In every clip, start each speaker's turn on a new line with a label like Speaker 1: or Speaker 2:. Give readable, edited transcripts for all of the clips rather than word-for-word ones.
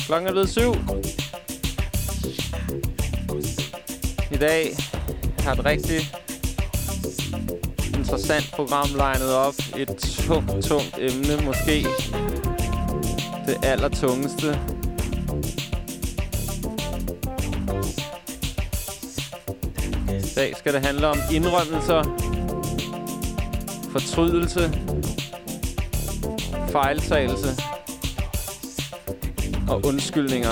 Speaker 1: Klokken er blevet 7. I dag har et rigtig interessant program legnet op. Et tungt emne, måske det allertungeste. I dag skal det handle om indrømmelser, fortrydelse, fejltagelse og undskyldninger.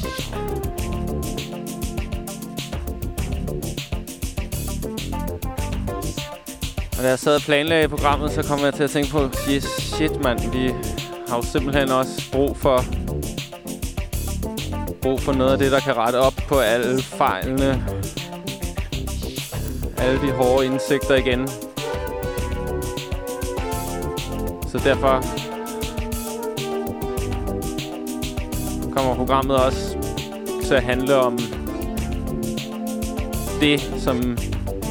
Speaker 1: Og da jeg sad og planlagde programmet, så kom jeg til at tænke på, shit mand, vi har jo simpelthen også brug for noget af det, der kan rette op på alle fejlene. Alle de hårde indsigter igen. Så derfor kommer programmet også til at handle om det, som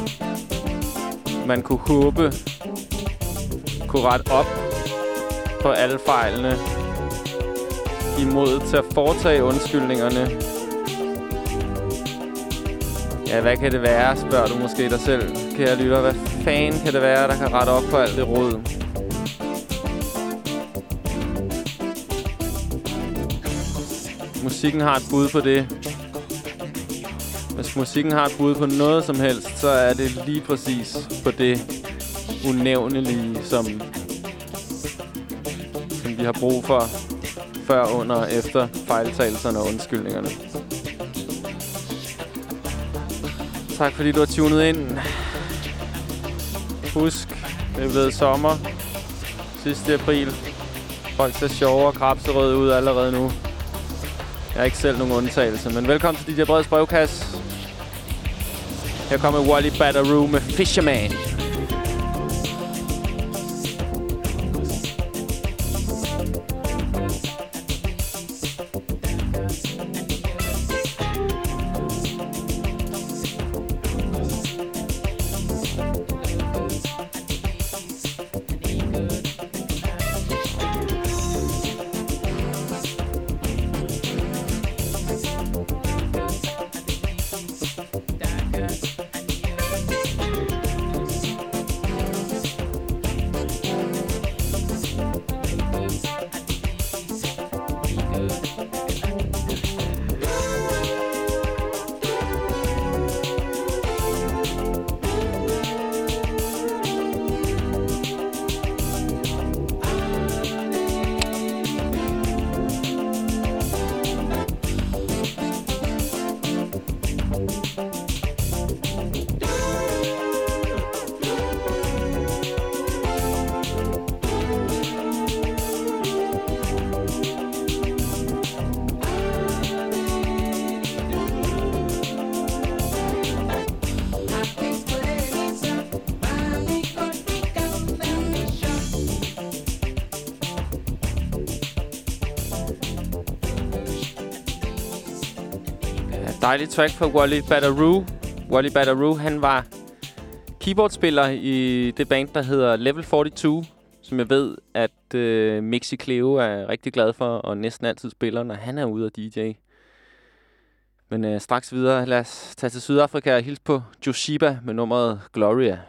Speaker 1: man kunne håbe kunne rette op på alle fejlene, imod til at foretage undskyldningerne. Ja, hvad kan det være, spørger du måske dig selv, kære lytter. Hvad fanden kan det være, der kan rette op på alt det rod? Musikken har et bud på det. Hvis musikken har et bud på noget som helst, så er det lige præcis på det unævnelige, som vi har brug for før, under og efter fejltagelserne og undskyldningerne. Tak fordi du har tunet ind. Husk, det er blevet sommer. Sidste april. Folk ser sjove og krabserøde ud allerede nu. Jeg er ikke selv nogen undtagelse, men velkommen til DJ Breds brevkasse. Her kommer Wally Badaroo med Fisherman. Dejlig track fra Wally Badaroo. Wally Badaroo, han var keyboardspiller i det band, der hedder Level 42, som jeg ved, at Mixi Cleo er rigtig glad for, og næsten altid spiller, når han er ude og DJ. Men straks videre, lad os tage til Sydafrika og hilse på Joshiba med nummeret Gloria.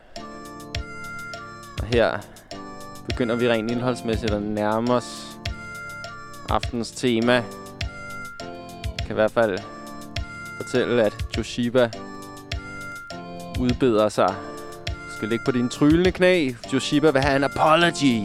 Speaker 1: Og her begynder vi rent indholdsmæssigt at nærme os aftens tema. Jeg kan i hvert fald fortælle, at Joshiba udbeder sig. Du skal ligge på dine tryllende knæ. Joshiba vil have en apology.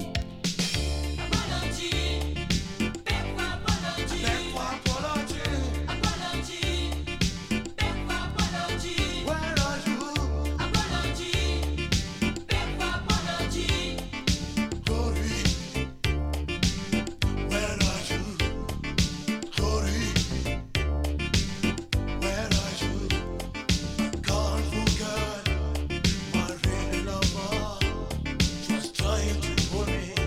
Speaker 2: Trying to pull me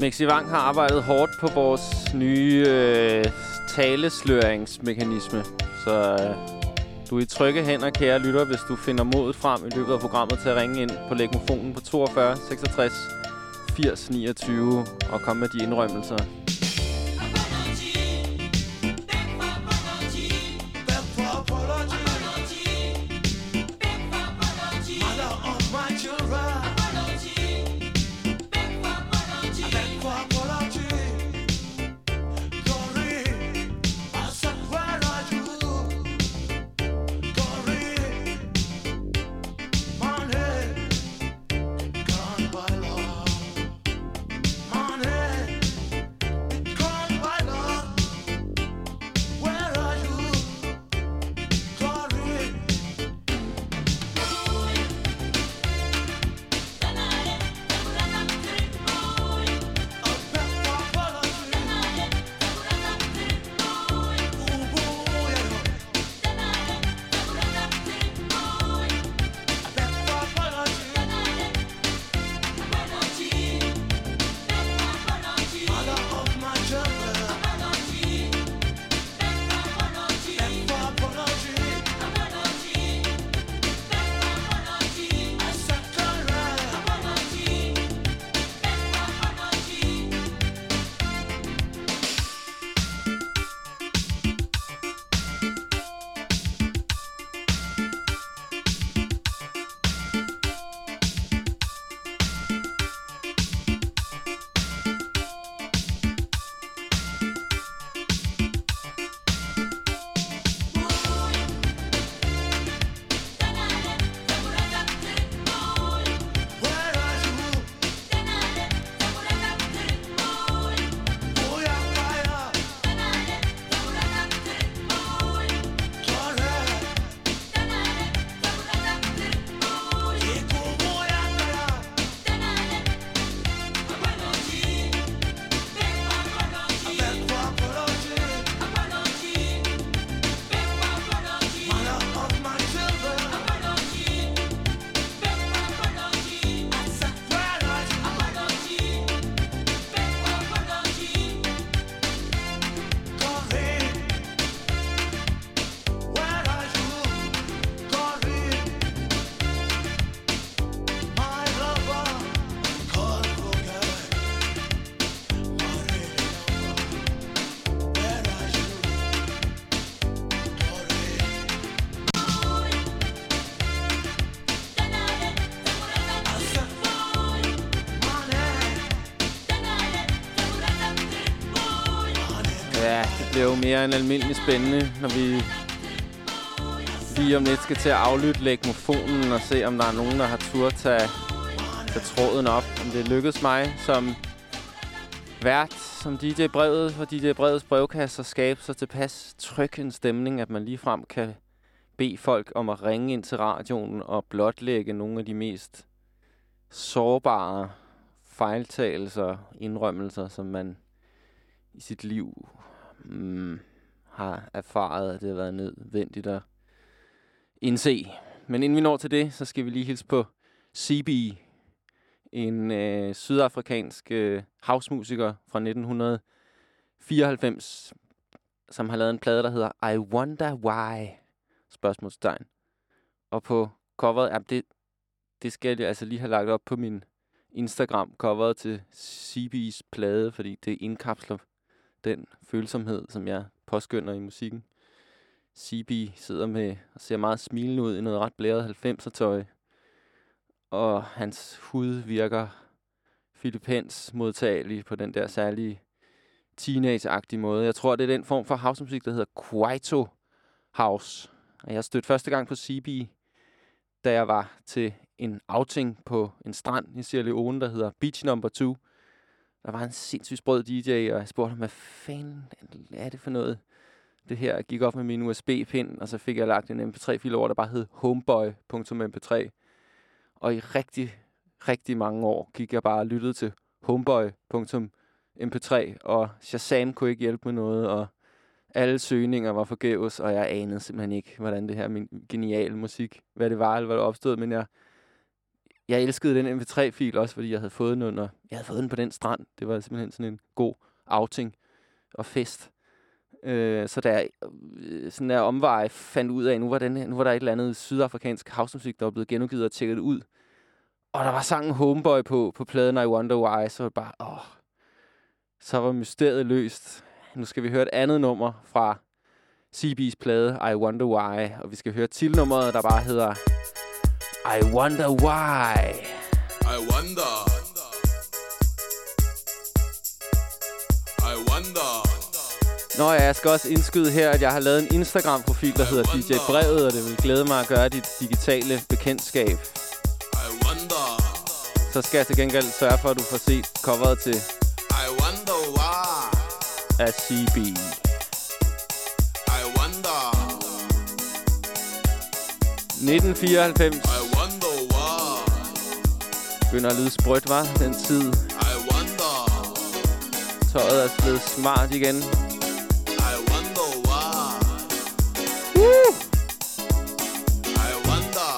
Speaker 1: Mixi Wang har arbejdet hårdt på vores nye talesløringsmekanisme. Så du er i trygge hænder, kære lytter, hvis du finder modet frem i løbet af programmet til at ringe ind på lægmofonen på 42 66 80 29 og komme med de indrømmelser. Det er jo mere end almindeligt spændende, når vi lige om lidt skal til at aflytte lægmofonen og se, om der er nogen, der har turde tage tråden op. Om det lykkedes mig som vært, som DJ-brevet og DJ-brevets brevkasse at skabe så tilpas tryg en stemning, at man ligefrem kan bede folk om at ringe ind til radioen og blotlægge nogle af de mest sårbare fejltagelser, indrømmelser, som man i sit liv har erfaret, at det har været nødvendigt at indse. Men inden vi når til det, så skal vi lige hilse på CB, en sydafrikansk housemusiker fra 1994, som har lavet en plade, der hedder I Wonder Why? Spørgsmålstegn. Og på coveret, det skal jeg altså lige have lagt op på min Instagram, coveret til CB's plade, fordi det indkapsler den følsomhed, som jeg påskynder i musikken. CB sidder med og ser meget smilende ud i noget ret blæret 90'er-tøj. Og hans hud virker Philippens modtagelig på den der særlige teenage-agtige måde. Jeg tror, det er den form for housemusik, der hedder Kwaito House. Og jeg stødte første gang på CB, da jeg var til en outing på en strand i Sierra Leone, der hedder Beach Number 2. Der var en sindssygt sprød DJ, og jeg spurgte ham, hvad fanden er det for noget? Det her jeg gik op med min USB-pind, og så fik jeg lagt en mp3-fil over, der bare hed homeboy.mp3. Og i rigtig mange år gik jeg bare og lyttede til homeboy.mp3, og Shazam kunne ikke hjælpe med noget, og alle søgninger var forgæves, og jeg anede simpelthen ikke, hvordan det her min geniale musik, hvad det var, eller hvad det opstod, men Jeg elskede den MP3-fil også, fordi jeg havde fået den jeg havde fået den på den strand. Det var simpelthen sådan en god outing og fest. Så da jeg sådan der omvej fandt ud af, nu var der et eller andet sydafrikansk housemusik, der var blevet genudgivet og tjekket ud. Og der var sangen Homeboy på pladen I Wonder Why, så var det bare, så var mysteriet løst. Nu skal vi høre et andet nummer fra CB's plade I Wonder Why, og vi skal høre titelnummeret, der bare hedder I Wonder Why.
Speaker 2: I wonder. I wonder.
Speaker 1: Nå ja, jeg skal også indskyde her, at jeg har lavet en Instagram-profil, der hedder DJ Brevet, og det vil glæde mig at gøre dit digitale bekendtskab. Så skal jeg til gengæld sørge for, at du får set coveret til
Speaker 2: I wonder why.
Speaker 1: af CB.
Speaker 2: I wonder.
Speaker 1: 1994.
Speaker 2: I wonder why.
Speaker 1: Begynder at lyde sprødt, var den tid.
Speaker 2: I wonder.
Speaker 1: Tøjet er blevet smart igen.
Speaker 2: I wonder why.
Speaker 1: Woo!
Speaker 2: I wonder.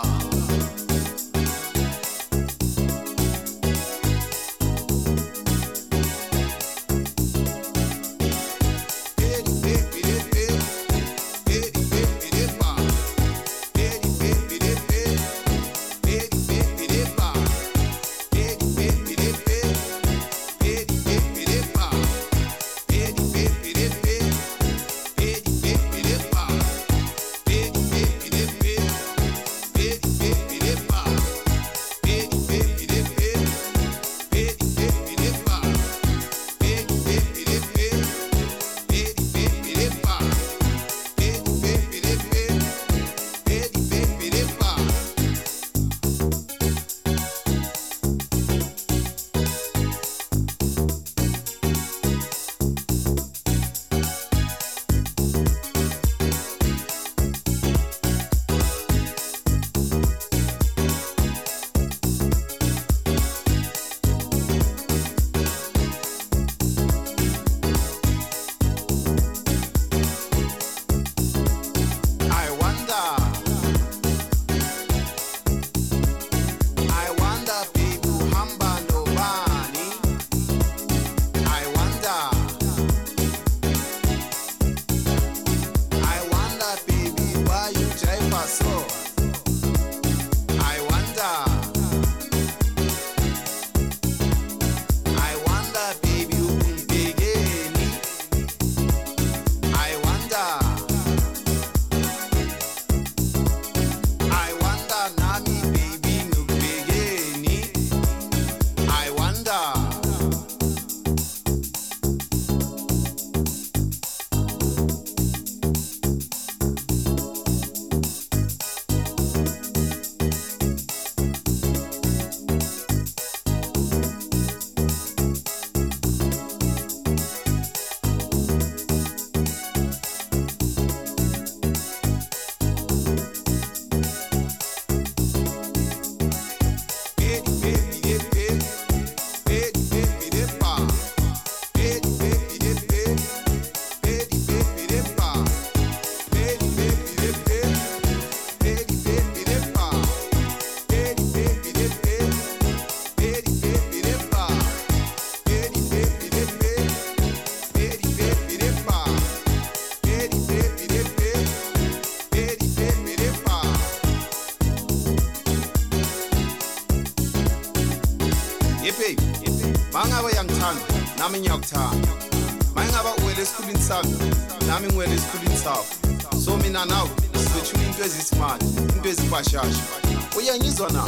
Speaker 2: Nami nyokta Mangaba uwele esikhulwini sami Nami ngiwele esikhulwini sakho So mina nawe Sibethula into ezismart Into ezibashasha Uyangizwa na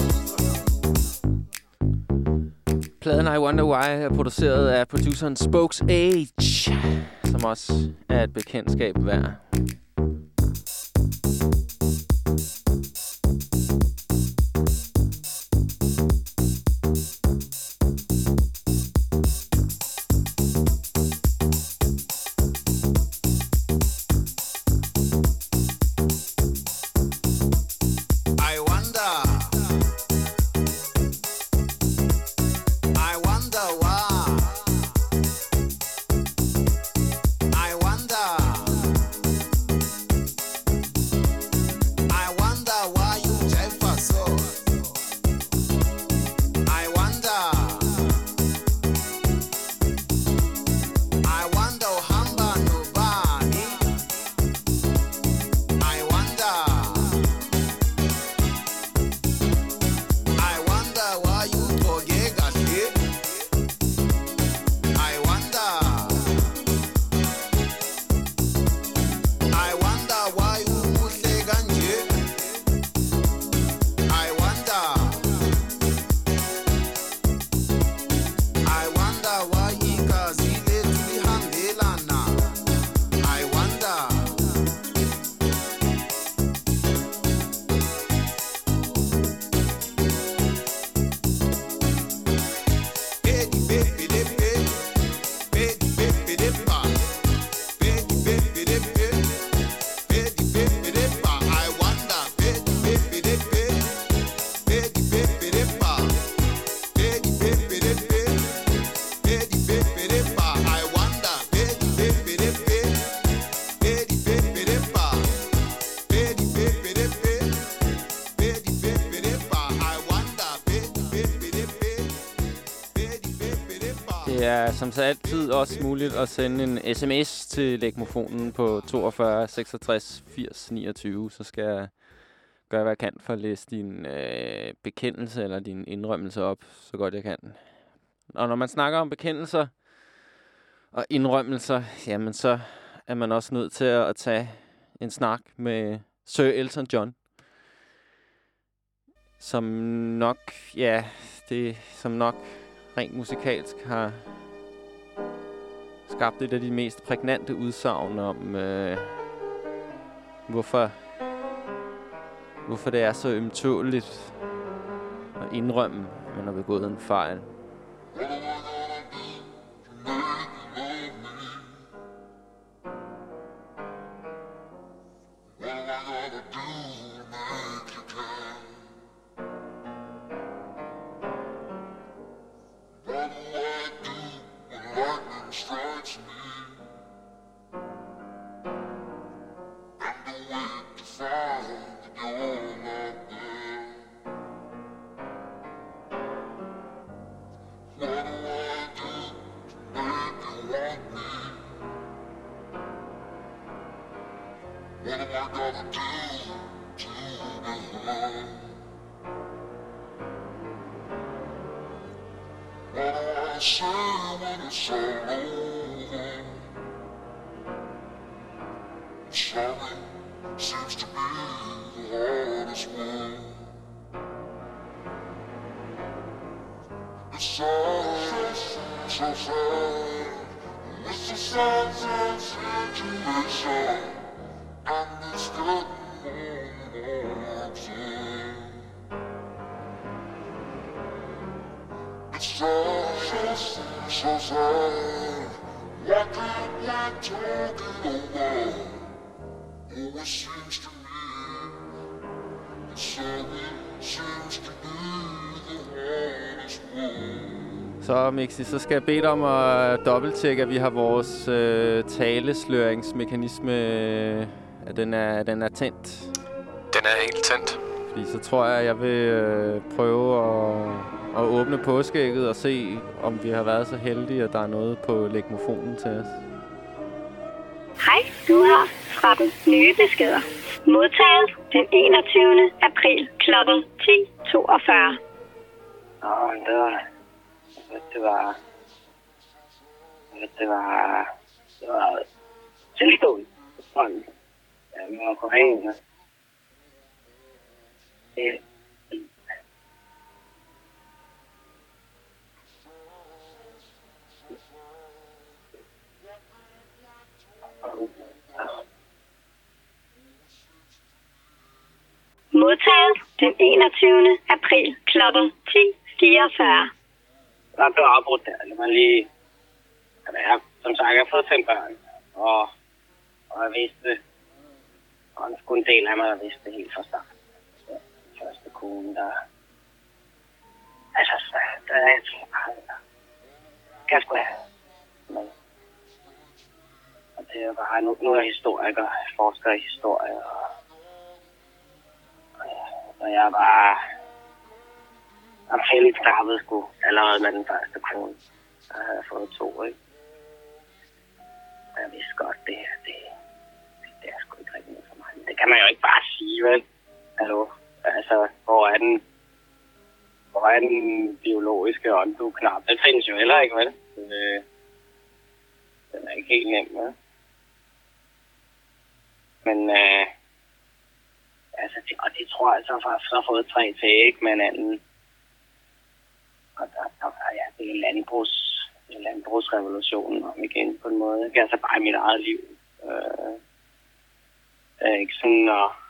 Speaker 1: Pladen I Wonder Why er produceret af produceren Spokes Age, som også er et bekendtskab værd. som så altid også muligt at sende en sms til Lægmofonen på 42 66 80 29. Så skal jeg gøre, hvad jeg kan for at læse din bekendelse eller din indrømmelse op, så godt jeg kan. Og når man snakker om bekendelser og indrømmelser, jamen så er man også nødt til at tage en snak med Sir Elton John. Som nok rent musikalsk har skabt et af de mest prægnante udsagn om, hvorfor det er så ømtåligt at indrømme, at man har begået en fejl. Så Mixi, så skal jeg bede dig om at dobbelttjekke, at vi har vores talesløringsmekanisme, at den er tændt.
Speaker 3: Den er helt tændt.
Speaker 1: Fordi så tror jeg vil prøve at åbne påskeægget og se, om vi har været så heldige, at der er noget på Lægmofonen til os.
Speaker 4: Hej, du har 13 nye beskeder. Modtaget den 21. april kl. 10:42.
Speaker 5: Det var tilstående. Ja, man var koreaner.
Speaker 4: Modtaget den 21. april kl. 10:44.
Speaker 5: Der blev afbrudt der. Det var lige... Som sagt, jeg har fået 5 børn. Og jeg vidste... Og en sgu en del af mig, der vidste det helt fra start. Den første kone, der... Altså, der er jeg tænkt bare... Kan jeg sgu have med. Og det er bare... Nu er jeg historiker, forsker i historie, og jeg er bare... Jeg er helt startet sgu allerede med den første kone. Der havde jeg fået 2, ikke? Og jeg vidste godt, det er sgu ikke rigtig noget for mig. Men det kan man jo ikke bare sige, vel? Hallo? Altså, hvor er den biologiske åndue-knap? Den findes jo heller ikke, vel? Den er ikke helt nem, vel? Men, altså, det tror jeg så faktisk har fået 3 til, ikke? Med en anden. Og det er landbrugsrevolutionen om igen på en måde. Ikke? Altså bare i mit eget liv. Ikke sådan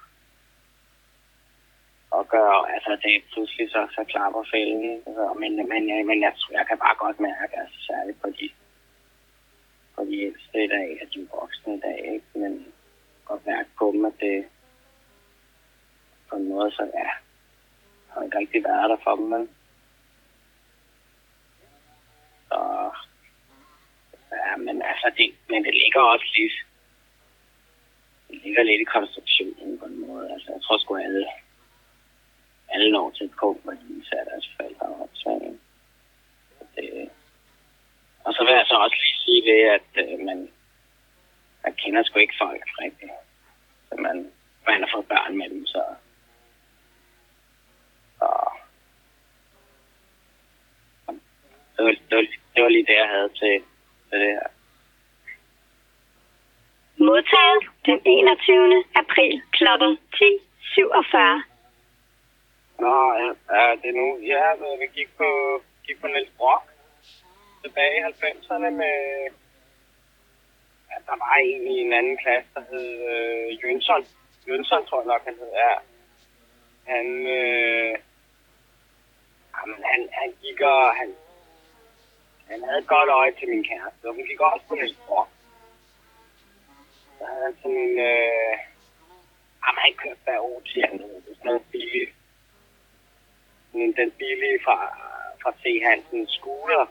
Speaker 5: at gøre, altså det er pludselig så klapper fælden. Men jeg kan bare godt mærke, altså særligt på de ældste i dag, at de voksne i dag, ikke? Men godt mærke på dem, at det på en måde så har ikke rigtig været der for dem, men men altså det ligger også lidt. Det ligger lidt i konstruktionen på en måde. Altså jeg tror sgu alle når til et punkt, hvor de især deres forældre og opsving. Og så vil jeg så også lige sige det, at man kender sgu ikke folk rigtigt. Så man har fået børn med dem, så det var lige det, jeg havde til det her.
Speaker 4: Modtaget den 21. april kl. 10:47.
Speaker 5: Nå, ja, det er nu. Ja, vi gik på Niels Brock tilbage i 90'erne med... Ja, der var en i en anden klasse, der hed Jønsson. Jønsson, tror jeg nok, han hed. Ja. Han gik og... Han havde et godt øje til min kæreste, og hun gik også på Niels Brock. Så havde han sådan en... han kørte der Ocean, det er sådan noget billigt. Den billige fra T. Hansen scooter.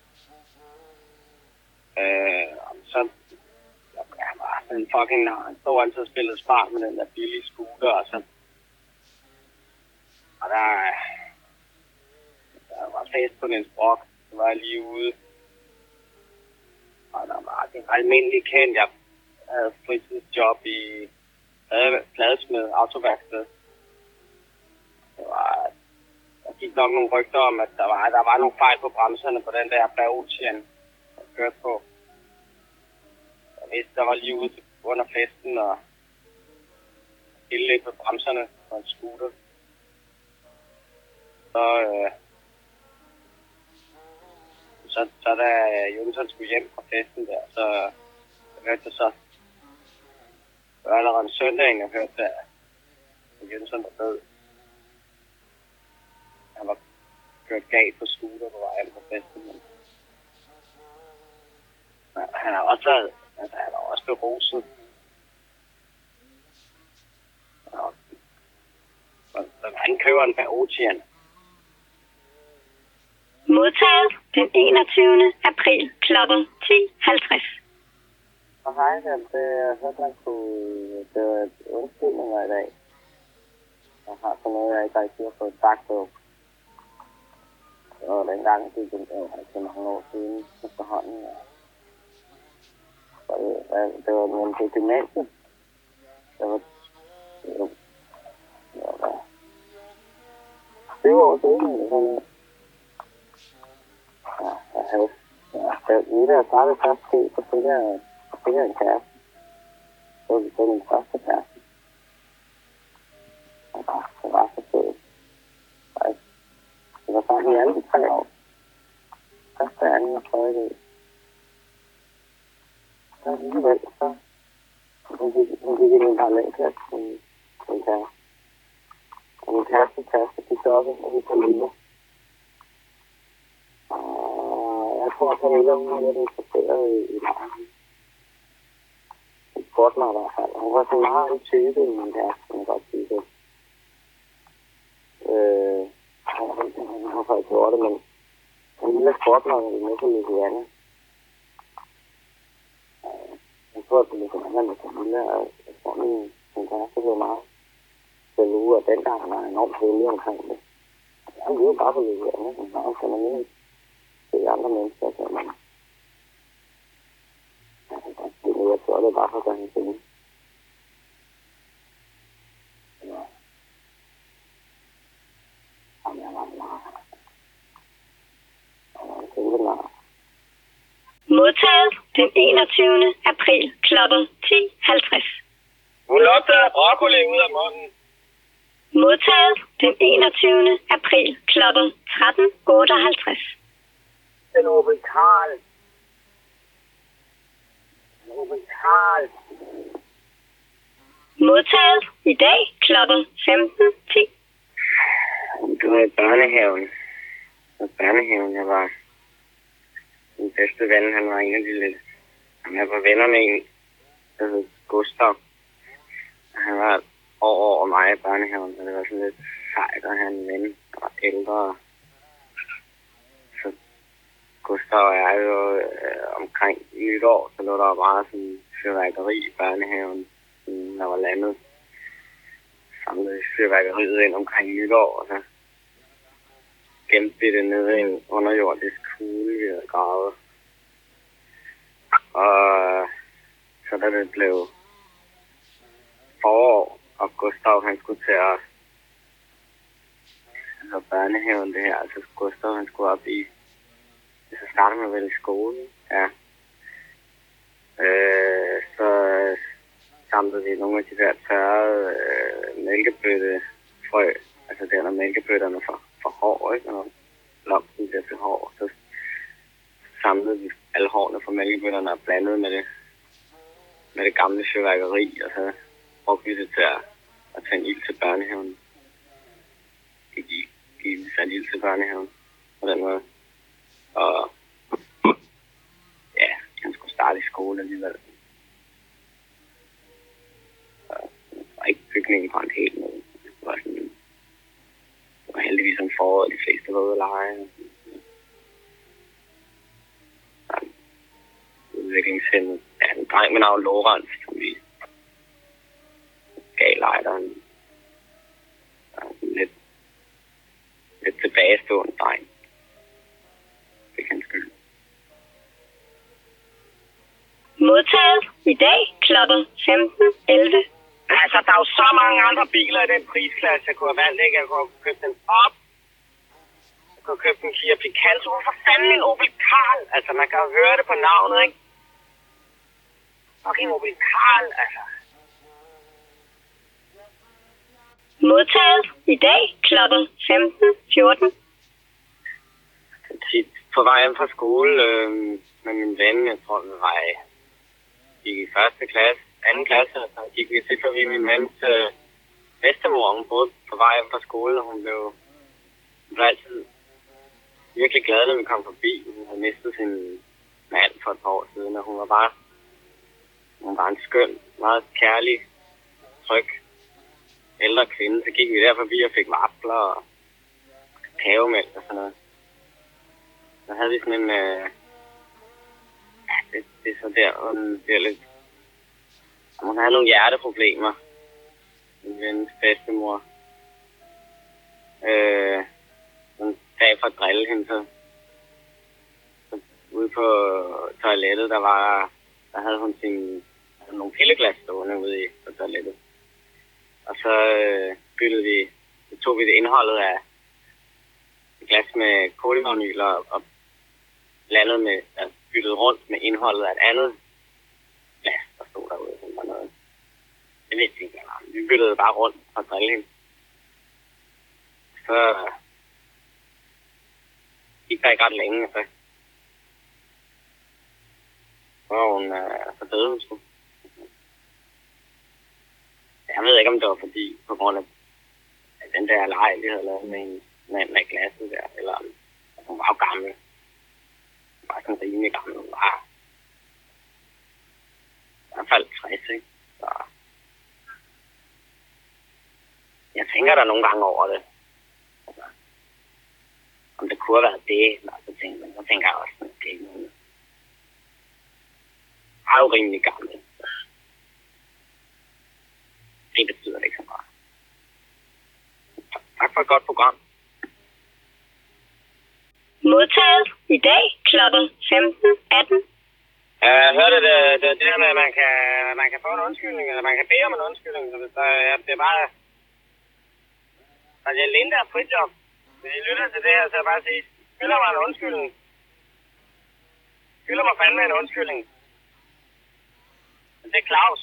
Speaker 5: Så han var sådan en fucking... Han stod altid og spillede smart med den der billige scooter, og så... Og der var fest på Niels Brock. Så var jeg lige ude. Og der var det almindeligt kendt. Jeg havde fritidsjob i pladesmed, autoværksted. Der gik nok nogle rygter om, at der var nogle fejl på bremserne på den der Ocean, jeg kørte på. Jeg vidste, der var lige ude under festen og pille lidt på bremserne på en scooter. Så da Jonsson skulle hjem fra festen der, så hørte jeg så, det var allerede en søndag, jeg hørte, at Jonsson var død. Han var kørt galt på scooter på vej hjem fra festen. Men han har også været, altså han har også beruset. Han køber en Ocean.
Speaker 4: Modtaget den 21. april kl. 10:50.
Speaker 5: Og hej, jeg hørte, man kunne gøre undskyldninger i dag. Jeg har sådan noget, jeg ikke rigtig har fået sagt på. Og dengang gik det til mange år siden efterhånden. Det var nogle dokumenter. Det var 20 år siden. Jeg startede først til, så fik jeg en kæreste. Det var min første kæreste. Det var så sødt. Det var sammen i alle de 3 år. Første, anden og tredje del. Så alligevel, så hun gik i min parallelklasse, min kæreste. Og min kæreste gik også, og vi kom lille. Jeg tror, at Camilla, hun var lidt interesseret i mig. Hun spurgte mig i hvert fald. Hun var så meget en type i min kæreste, kan man godt sige det. Hun har faktisk gjort det, men Camilla spurgte mig, om vi med til Louisiana. Jeg tror, at det var sådan, med Camilla, og jeg tror, min kæreste blev meget til uge, og dengang var jeg enormt heldig omkring det. Jeg ville bare på Louisiana, men så kan man ikke se andre mennesker, så man... Jeg tror, det er bare for at gøre en ting.
Speaker 4: Modtaget den 21. april kl. 10:50.
Speaker 5: Hun lugter broccoli ud af munden.
Speaker 4: Modtaget den 21. april kl. 13:58.
Speaker 5: Den Ruben Karl.
Speaker 4: Modtaget i dag kl. 15:10.
Speaker 5: Det var i børnehaven. Jeg var... Min bedste ven, han var en af de lidt... Jeg var venner med en, der hed Gustav. Han var over mig i børnehaven, så det var sådan lidt sejt at have en ven, der var ældre. Så Gustav og jeg jo omkring nytår, så lå der bare sådan fyrværkeri i børnehaven, der var landet. Samlede fyrværkeriet ind omkring nytår, og så gemte vi det nede i en underjordisk kugle, vi havde gravet. så da det blev forår, og Gustav han skulle til os, altså børnehaven det her, altså Gustav han skulle op i, så startede man vel i skolen, ja. Så samlede vi nogle af de der tørrede mælkebøttefrø, altså der når mælkebøtterne for hår, ikke? Når blomsten bliver til hår, så samlede vi alle hårene fra mælkebøtterne og blandede med det gamle fyrværkeri, og så brugte vi det til at tænde ild til børnehaven. Vi satte ild til børnehaven på den måde. Og ja, han skulle starte i skole alligevel. Så det var ikke bygningen brændt helt ned. Det var heldigvis en forår, de fleste var ude at lege. Udviklingshændet. Ja, en dreng med navn Lorenz, som vi gav lejderen. Lidt tilbagestående dreng. Det kan skyld.
Speaker 4: Modtaget i dag kl. 15:11.
Speaker 5: Altså, der er jo så mange andre biler i den prisklasse, jeg kunne have valgt, ikke? Jeg kunne have købt den op. Jeg kunne have købt en Kia Picanto. Hvorfor fanden en Opel Karl? Altså, man kan jo høre det på navnet, ikke? Fucking Opel Karl, altså.
Speaker 4: Modtaget i dag kl. 15:14.
Speaker 5: På vej hjem fra skole med min ven, jeg tror, vi var i første klasse, anden klasse, så gik vi til forbi min vens bedstemor. Hun boede på vej hjem fra skole, og hun blev altid virkelig glad, når vi kom forbi. Hun havde mistet sin mand for et par år siden, og hun var en skøn, meget kærlig, tryg, ældre kvinde. Så gik vi der forbi og fik vafler og kakaomælk og sådan noget. Så havde vi sådan en... det er så der, hvor den bliver lidt... Hun havde nogle hjerteproblemer. Min vens bedstemor. Hun dag for at drille hende, så ude på toilettet, der havde hun nogle pilleglas stående ude på toilettet. Og så tog vi det indholdet af et glas med kolivinyler og blandet med, byttede rundt med indholdet af et andet glas, der stod derude. Det var noget. Jeg ved ikke, hvad det var. Vi byttede bare rundt og drille hende. Så gik der ikke ret længe, så døde hun sgu. Jeg ved ikke, om det var fordi, på grund af den der leg, vi havde lavet med glasset der, eller hun var jo gammel. Hun var sådan rimelig gammel. Hun var i hvert fald 60, ikke? Så jeg tænker der nogle gange over det. Altså, om det kunne have været det, så tænker jeg også, at det er nogen. Jeg er jo rimelig gammel. Det betyder det ikke så meget. Tak for et godt program.
Speaker 4: Modtaget i dag kl. 15:18.
Speaker 5: Hørte det der med, at man kan få en undskyldning, eller man kan bede om en undskyldning. Så det er bare... Altså, jeg Linda er fritjob. Hvis I lytter til det her, så er jeg bare sige, skylder mig en undskyldning. Skylder mig fandme en undskyldning. Det er Claus.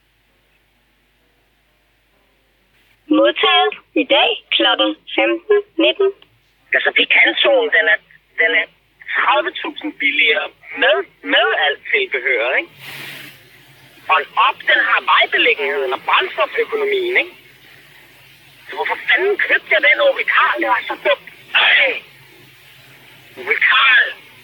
Speaker 4: Modtaget i dag kl. 15:19.
Speaker 5: Altså, Picantoen, den er 30.000 billigere med alt tilbehør, ikke? Og op, den har vejbeliggenheden og brændstoføkonomien, ikke? Så hvorfor fanden købte jeg den Opel Karl? Det var så dumt. Opel Karl.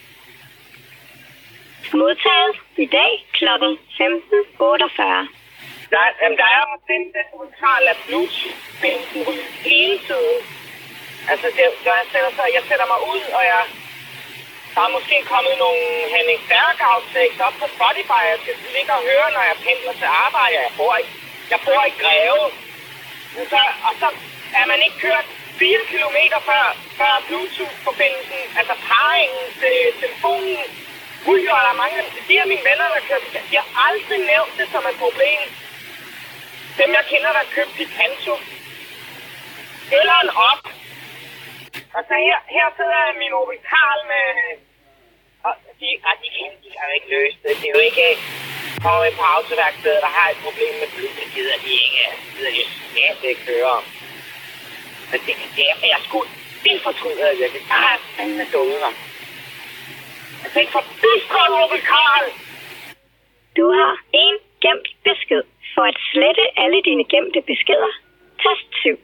Speaker 4: Modtaget i dag kl. 15:48.
Speaker 5: Der er jo den Opel Karl af Bluetooth hele tiden. Altså, jeg sætter mig ud, og der er måske kommet nogle Henning Berghaus-tekst op på Spotify, jeg skal ligge og høre, når jeg pendler til arbejde. Jeg bor i Greve. Og så er man ikke kørt 4 kilometer før Bluetooth-forbindelsen, altså parringen til telefonen, Husker, der er mange af de her mine venner, der købte. Jeg har aldrig nævnt det som et problem. Dem, jeg kender, der købte Picanto. Eller en op. Og så her sidder min Opel Karl med... Og de kan jo ikke løse det. Det er jo ikke... Kommer på autoværkstedet, der har et problem med bly. Det gider de ikke. Det gider de slet ikke høre. Men jeg skulle... Det fortryder jeg virkelig. Der er fandme dumme, ham. Jeg tænkte for bistret, Opel Karl!
Speaker 4: Du har en gemt besked. For at slette alle dine gemte beskeder, tast 7.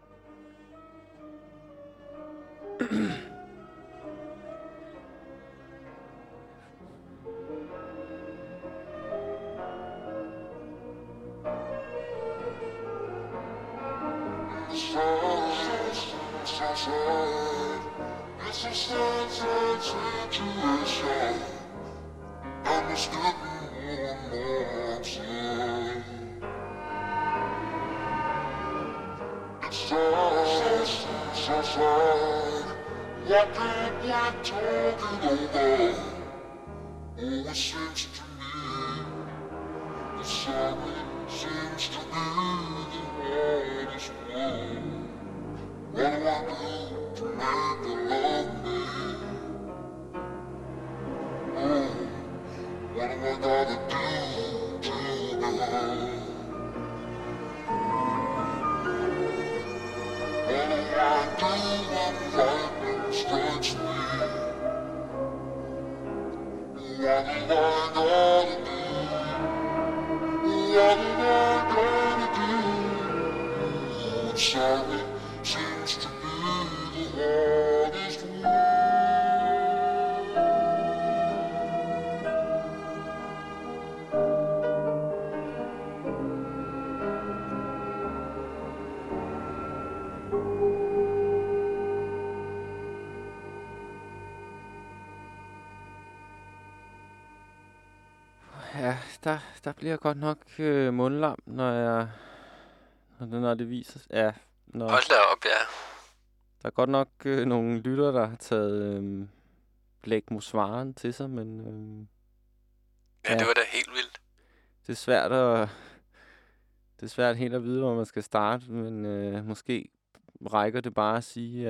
Speaker 6: What did we talking over? Oh, it seems to me the sorry seems to be the hardest one. What do I do to make her love me? Oh, what do I gotta do to be her? What do I do when lightning strikes me? What do I gotta do? What do I gotta do? Sorry seems to be the hardest one.
Speaker 1: Ja, der bliver godt nok mundlam, når det viser... Ja,
Speaker 3: Hold da op, ja.
Speaker 1: der er godt nok nogle lytter, der har taget Lægmosvaren til sig, men...
Speaker 3: Ja, det var da helt vildt.
Speaker 1: Det er svært helt at vide, hvor man skal starte, men måske rækker det bare at sige,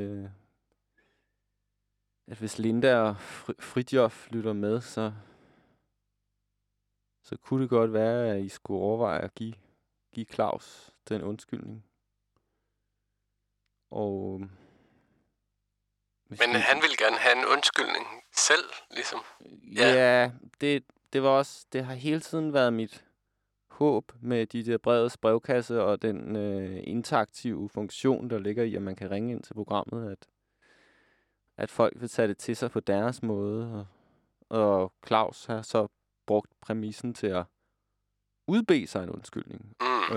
Speaker 1: at hvis Linda og Fridtjof lytter med, så kunne det godt være, at I skulle overveje at give Claus den undskyldning. Og...
Speaker 3: Men han ville gerne have en undskyldning selv, ligesom.
Speaker 1: Ja, det var også... Det har hele tiden været mit håb med de der brevkasse og den interaktive funktion, der ligger i, at man kan ringe ind til programmet, at folk vil tage det til sig på deres måde. Og Claus har så brugt præmissen til at udbede sig en undskyldning.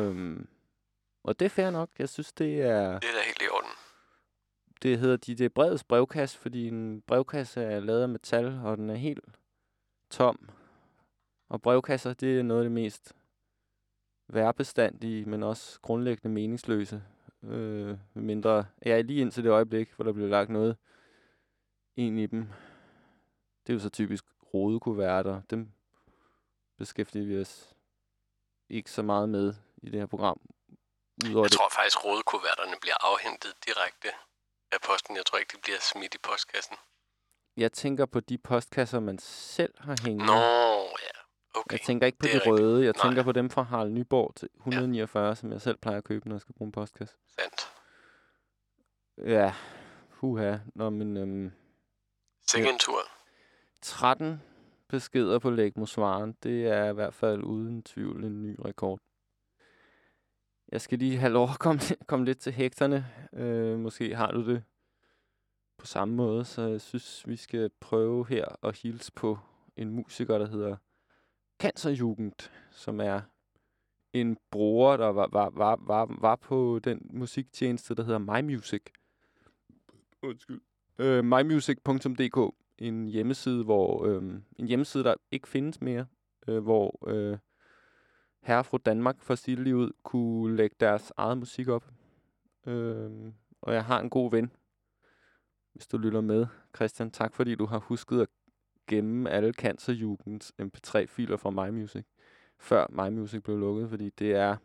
Speaker 1: Og det er fair nok. Jeg synes, det er...
Speaker 3: Det er da helt i orden.
Speaker 1: Det hedder det brevets brevkasse, fordi en brevkasse er lavet af metal, og den er helt tom. Og brevkasser, det er noget af det mest værbestandige, men også grundlæggende meningsløse. Mindre... Ja, lige indtil det øjeblik, hvor der bliver lagt noget ind i dem. Det er jo så typisk rodekuverter. Dem beskæftiger vi os ikke så meget med i det her program.
Speaker 3: Jeg tror faktisk, rodekuverterne bliver afhentet direkte af posten. Jeg tror ikke, de bliver smidt i postkassen.
Speaker 1: Jeg tænker på de postkasser, man selv har hængende.
Speaker 3: Nå, ja. Okay.
Speaker 1: Jeg tænker ikke på de røde. Jeg tænker på dem fra Harald Nyborg til 149, som jeg selv plejer at købe, når jeg skal bruge en postkasse.
Speaker 3: Sandt.
Speaker 1: Ja, huha. Nå, men...
Speaker 3: Sikke en tur.
Speaker 1: 13 beskeder på Lægmosvaren. Det er i hvert fald uden tvivl en ny rekord. Jeg skal lige have lov at komme lidt til hægterne. Måske har du det på samme måde, så jeg synes, vi skal prøve her at hilse på en musiker, der hedder Cancerjugend, som er en bruger, der var på den musiktjeneste, der hedder MyMusic. Undskyld. mymusic.dk, en hjemmeside, der ikke findes mere, hvor herre fra Danmark for sit liv ud kunne lægge deres eget musik op. Og jeg har en god ven, hvis du lytter med. Christian, tak fordi du har husket at gemme alle Cancerjugends MP3-filer fra MyMusic, før MyMusic blev lukket, fordi det er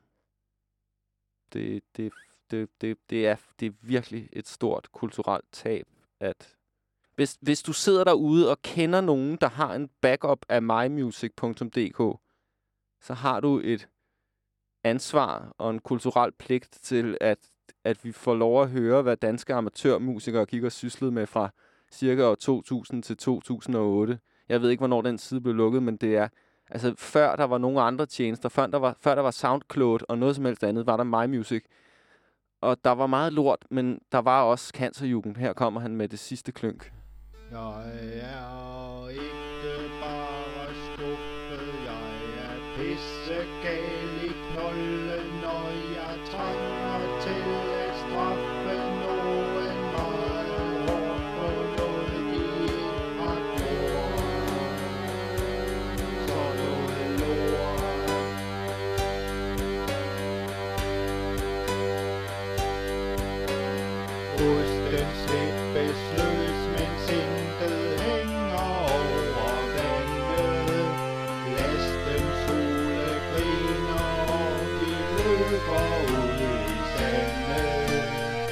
Speaker 1: virkelig et stort kulturelt tab, at hvis du sidder derude og kender nogen, der har en backup af mymusic.dk, så har du et ansvar og en kulturel pligt til, at vi får lov at høre, hvad danske amatørmusikere gik og syslede med fra cirka år 2000 til 2008. Jeg ved ikke, hvornår den side blev lukket, men det er altså før der var nogle andre tjenester, før der var SoundCloud og noget som helst andet, var der MyMusic. Og der var meget lort, men der var også Cancerjugend. Her kommer han med det sidste klynk.
Speaker 7: Jeg er ikke bare skuffet, jeg er pissegal i knolden, og jeg trænger til at straffe nogen meget hårdt på noget, de ikke har gjort. Så noget lort. Osten slippes løs, mens intet hænger over vandet. Lasten sole griner, og de løber ud i sandet.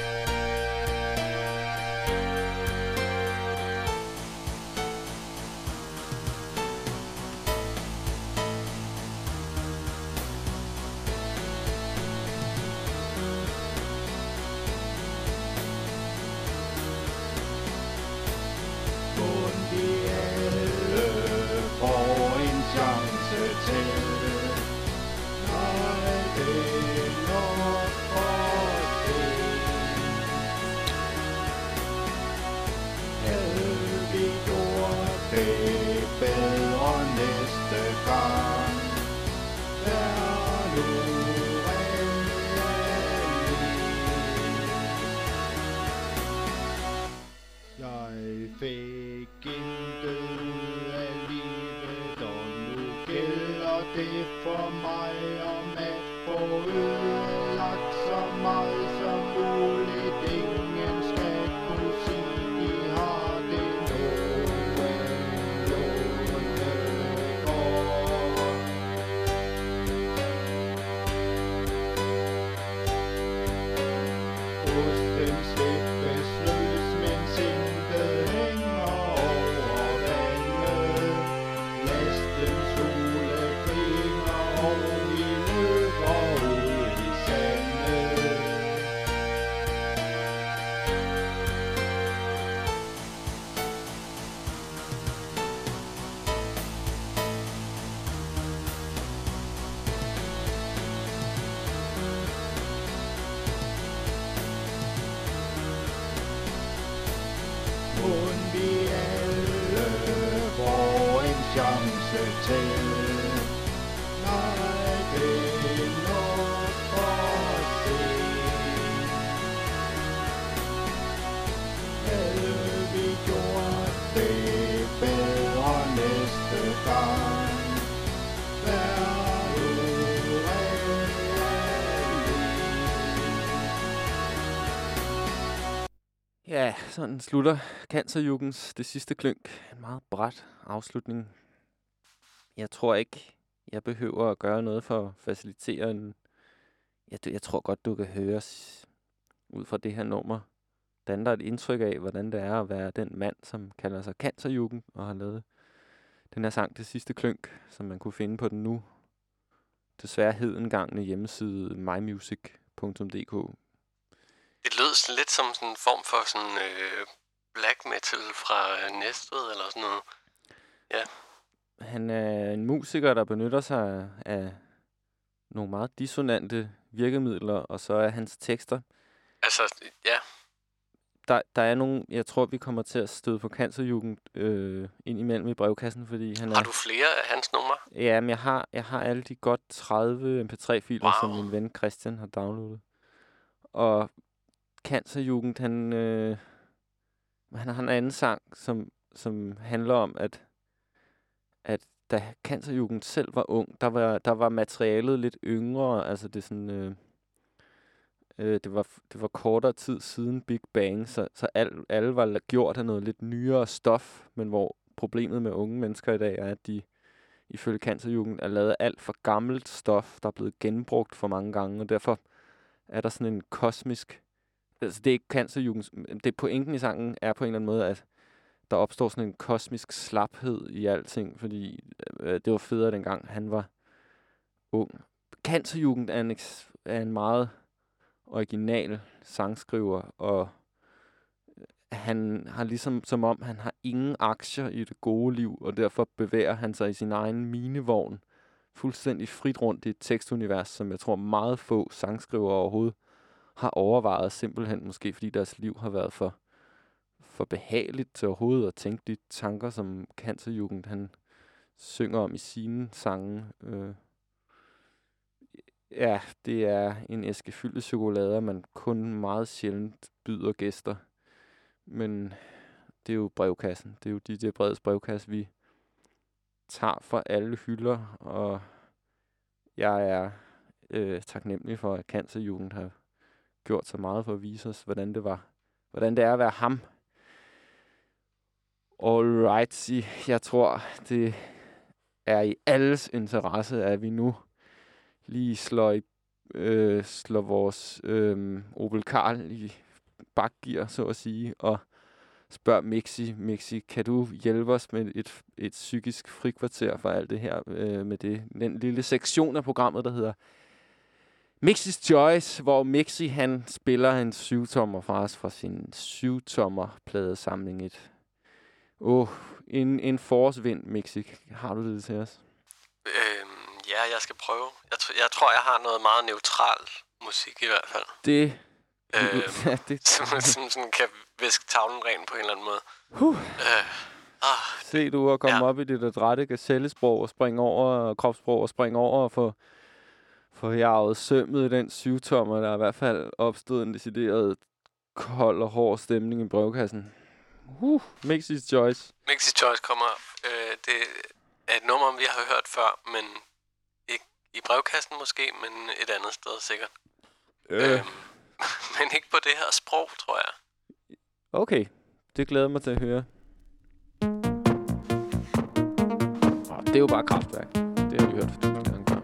Speaker 7: Kun de alle får en chance til. Nej, det er nok for sent. Havde vi gjort det bedre næste gang? Vær nu realist. Jeg fik intet ud af livet, og nu gælder det for mig om at få ødelagt så meget som muligt. Ingen skal kunne sige, de har det nogenlunde godt. Osten slippes løs, mens intet hænger over vandet. Lasten sole griner, og vi løber ud i sandet. Kun vi alle får en chance til. Nej, det er nok for sent. Havde vi gjort det bedre næste gang? Vær nu realist.
Speaker 1: Ja, sådan slutter Cancerjugens det sidste klynk. En meget brat afslutning. Jeg tror ikke, jeg behøver at gøre noget for at facilitere en... Jeg tror godt, du kan høre ud fra det her nummer, danner der et indtryk af, hvordan det er at være den mand, som kalder sig Cancerjugend, og har lavet den her sang, det sidste klynk, som man kunne finde på den nu desværre hedengangne hjemmeside mymusic.dk.
Speaker 3: Det lød sådan lidt som sådan en form for sådan black metal fra Næstved eller sådan noget. Ja.
Speaker 1: Han er en musiker, der benytter sig af nogle meget dissonante virkemidler, og så er hans tekster.
Speaker 3: Altså, ja.
Speaker 1: Der er nogle, jeg tror, vi kommer til at støde på Cancerjugend ind imellem i brevkassen, fordi han
Speaker 3: Har du flere af hans numre?
Speaker 1: Ja, men jeg har alle de godt 30 MP3-filer, som min ven Christian har downloadet. Og Cancerjugend, han har en anden sang, som handler om, at da Cancerjugend selv var ung, der var materialet lidt yngre. Altså det er sådan, det var kortere tid siden Big Bang, så alle var gjort af noget lidt nyere stof, men hvor problemet med unge mennesker i dag, er, at de ifølge Cancerjugend er lavet alt for gammelt stof, der er blevet genbrugt for mange gange, og derfor er der sådan en kosmisk... Altså, det er ikke Cancerjugend. Det pointen i sangen er på en eller anden måde, at der opstår sådan en kosmisk slaphed i alting, fordi det var federe dengang, han var ung. Cancerjugend er en meget original sangskriver, og han har ligesom, som om han har ingen aktier i det gode liv, og derfor bevæger han sig i sin egen minevogn fuldstændig frit rundt i et tekstunivers, som jeg tror meget få sangskrivere overhovedet har overvejet, simpelthen måske fordi deres liv har været for behageligt til overhovedet at tænke de tanker, som Cancerjugend han synger om i sine sange. Ja, det er en æske fyldt af chokolader, man kun meget sjældent byder gæster. Men det er jo brevkassen. Det er jo DJ Breds brevkasse, vi tager fra alle hylder, og jeg er taknemmelig for, at Cancerjugend har gjort så meget for at vise os, hvordan det er at være ham. Alright, jeg tror, det er i alles interesse, at vi nu lige slår vores Opel Karl i bakgear, så at sige, og spørger Mixi, kan du hjælpe os med et psykisk frikvarter for alt det her, med den lille sektion af programmet, der hedder Mixis Choice, hvor Mixi han spiller en 7-tommer fra os fra sin 7-tommer pladesamling. En forårsvind, Mixi. Har du det til os?
Speaker 3: Ja, jeg skal prøve. Jeg tror, jeg har noget meget neutral musik i hvert fald. Som sådan kan viske tavlen ren på en eller anden måde.
Speaker 1: Se du at komme op i det der rette gazellesprog og springe over, kropssprog og springe over og få jaget sømmet i den 7-tommer, der er i hvert fald opstået en decideret kold og hård stemning i brevkassen. Mixis Choice.
Speaker 3: Mixis Choice kommer. Det er et nummer, vi har hørt før, men ikke i brevkassen måske, men et andet sted sikkert. Men ikke på det her sprog, tror jeg.
Speaker 1: Okay, det glæder mig til at høre. Det er jo bare Kraftwerk. Det har vi hørt for gange før.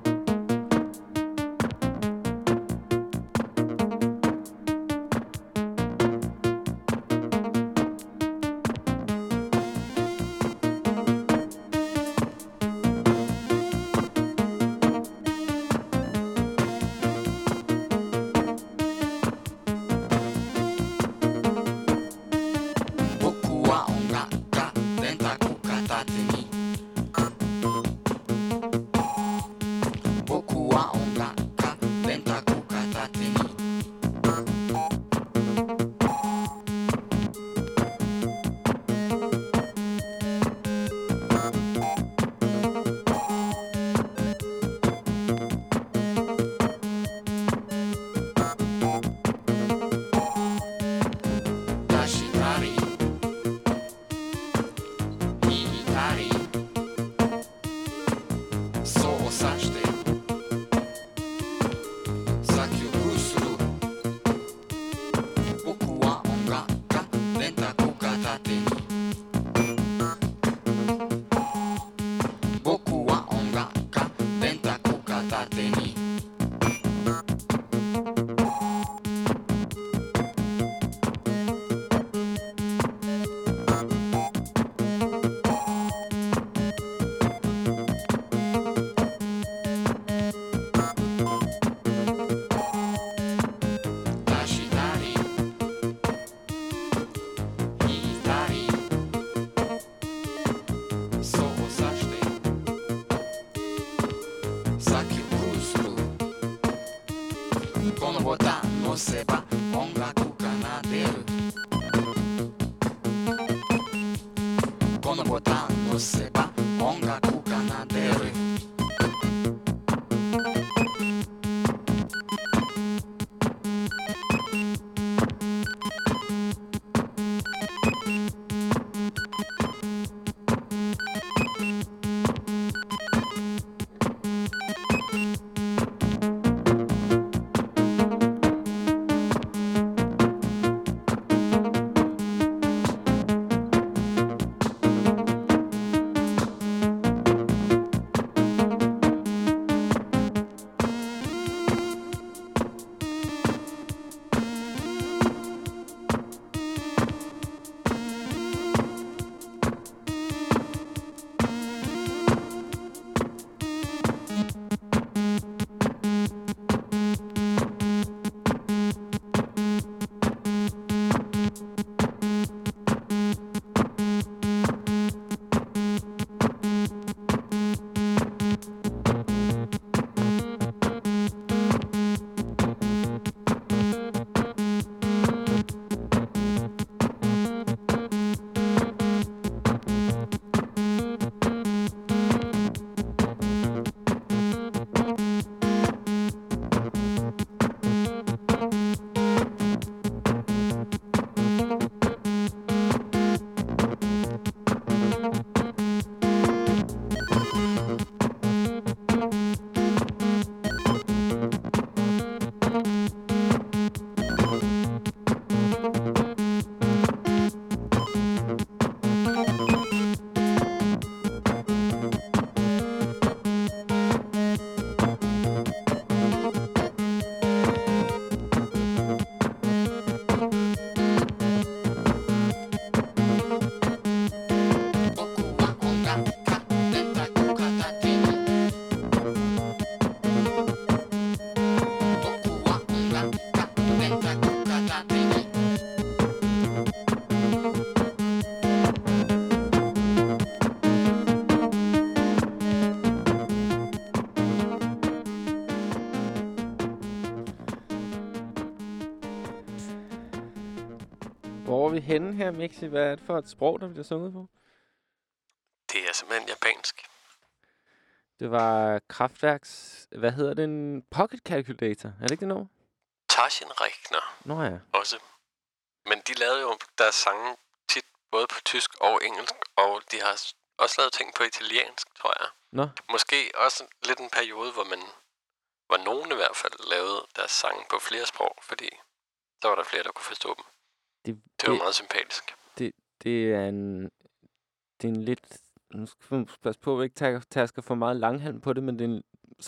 Speaker 1: Hvor er vi henne her, Mixi? Hvad er det for et sprog, der bliver sunget på?
Speaker 3: Det er simpelthen japansk.
Speaker 1: Det var Kraftwerks... Hvad hedder det? En pocket calculator. Er det ikke det noget?
Speaker 3: Taschenrechner
Speaker 1: Nå ja.
Speaker 3: også. Men de lavede jo deres sange tit både på tysk og engelsk, og de har også lavet ting på italiensk, tror jeg.
Speaker 1: Nå.
Speaker 3: Måske også lidt en periode, hvor nogen i hvert fald lavede deres sange på flere sprog, fordi så var der flere, der kunne forstå dem. Det var meget sympatisk.
Speaker 1: Det er en lidt... Nu skal man passe på, at vi ikke tasker for meget langhalm på det, men det er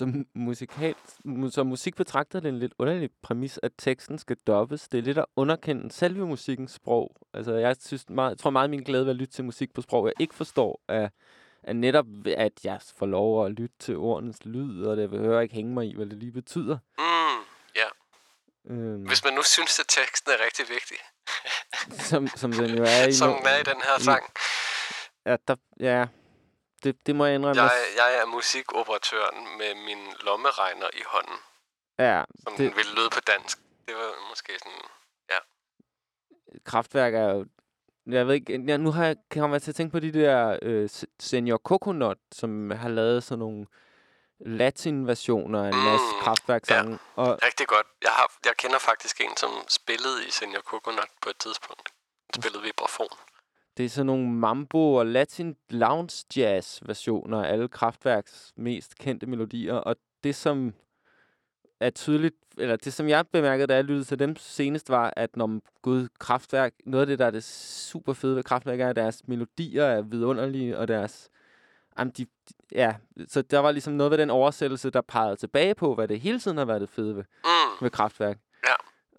Speaker 1: som musik betragter det en lidt underlig præmis, at teksten skal dobbes. Det er lidt at underkende selve musikkens sprog. Altså, jeg tror meget, min glæde ved at lytte til musik på sprog, jeg ikke forstår, er netop, at jeg får lov at lytte til ordenes lyd, og det behøver ikke hænge mig i, hvad det lige betyder.
Speaker 3: Ja. Hvis man nu synes, at teksten er rigtig vigtig.
Speaker 1: som den jo er i...
Speaker 3: Som den er i den her sang.
Speaker 1: Det må jeg indrømme.
Speaker 3: Jeg er musikoperatøren med min lommeregner i hånden.
Speaker 1: Ja.
Speaker 3: Som den ville lyde på dansk. Det var måske sådan, ja.
Speaker 1: Kraftwerk er jo... Jeg ved ikke... Nu har jeg kommet til at tænke på de der Senior Coconut, som har lavet sådan nogle latin-versioner af en masse Kraftwerk-sange.
Speaker 3: Ja, og rigtig godt. Jeg kender faktisk en, som spillede i Senior Coconut på et tidspunkt. Han spillede vibrafon.
Speaker 1: Det er sådan nogle mambo- og latin lounge jazz versioner af alle Kraftwerks mest kendte melodier. Og det, som er tydeligt, eller det, som jeg bemærkede, da jeg lyttede til dem senest, var, at når Kraftwerk, noget af det, der er det super fede ved Kraftwerk, er, at deres melodier er vidunderlige, og deres... så der var ligesom noget ved den oversættelse, der pegede tilbage på, hvad det hele tiden har været det fede ved Kraftwerk.
Speaker 3: Ja.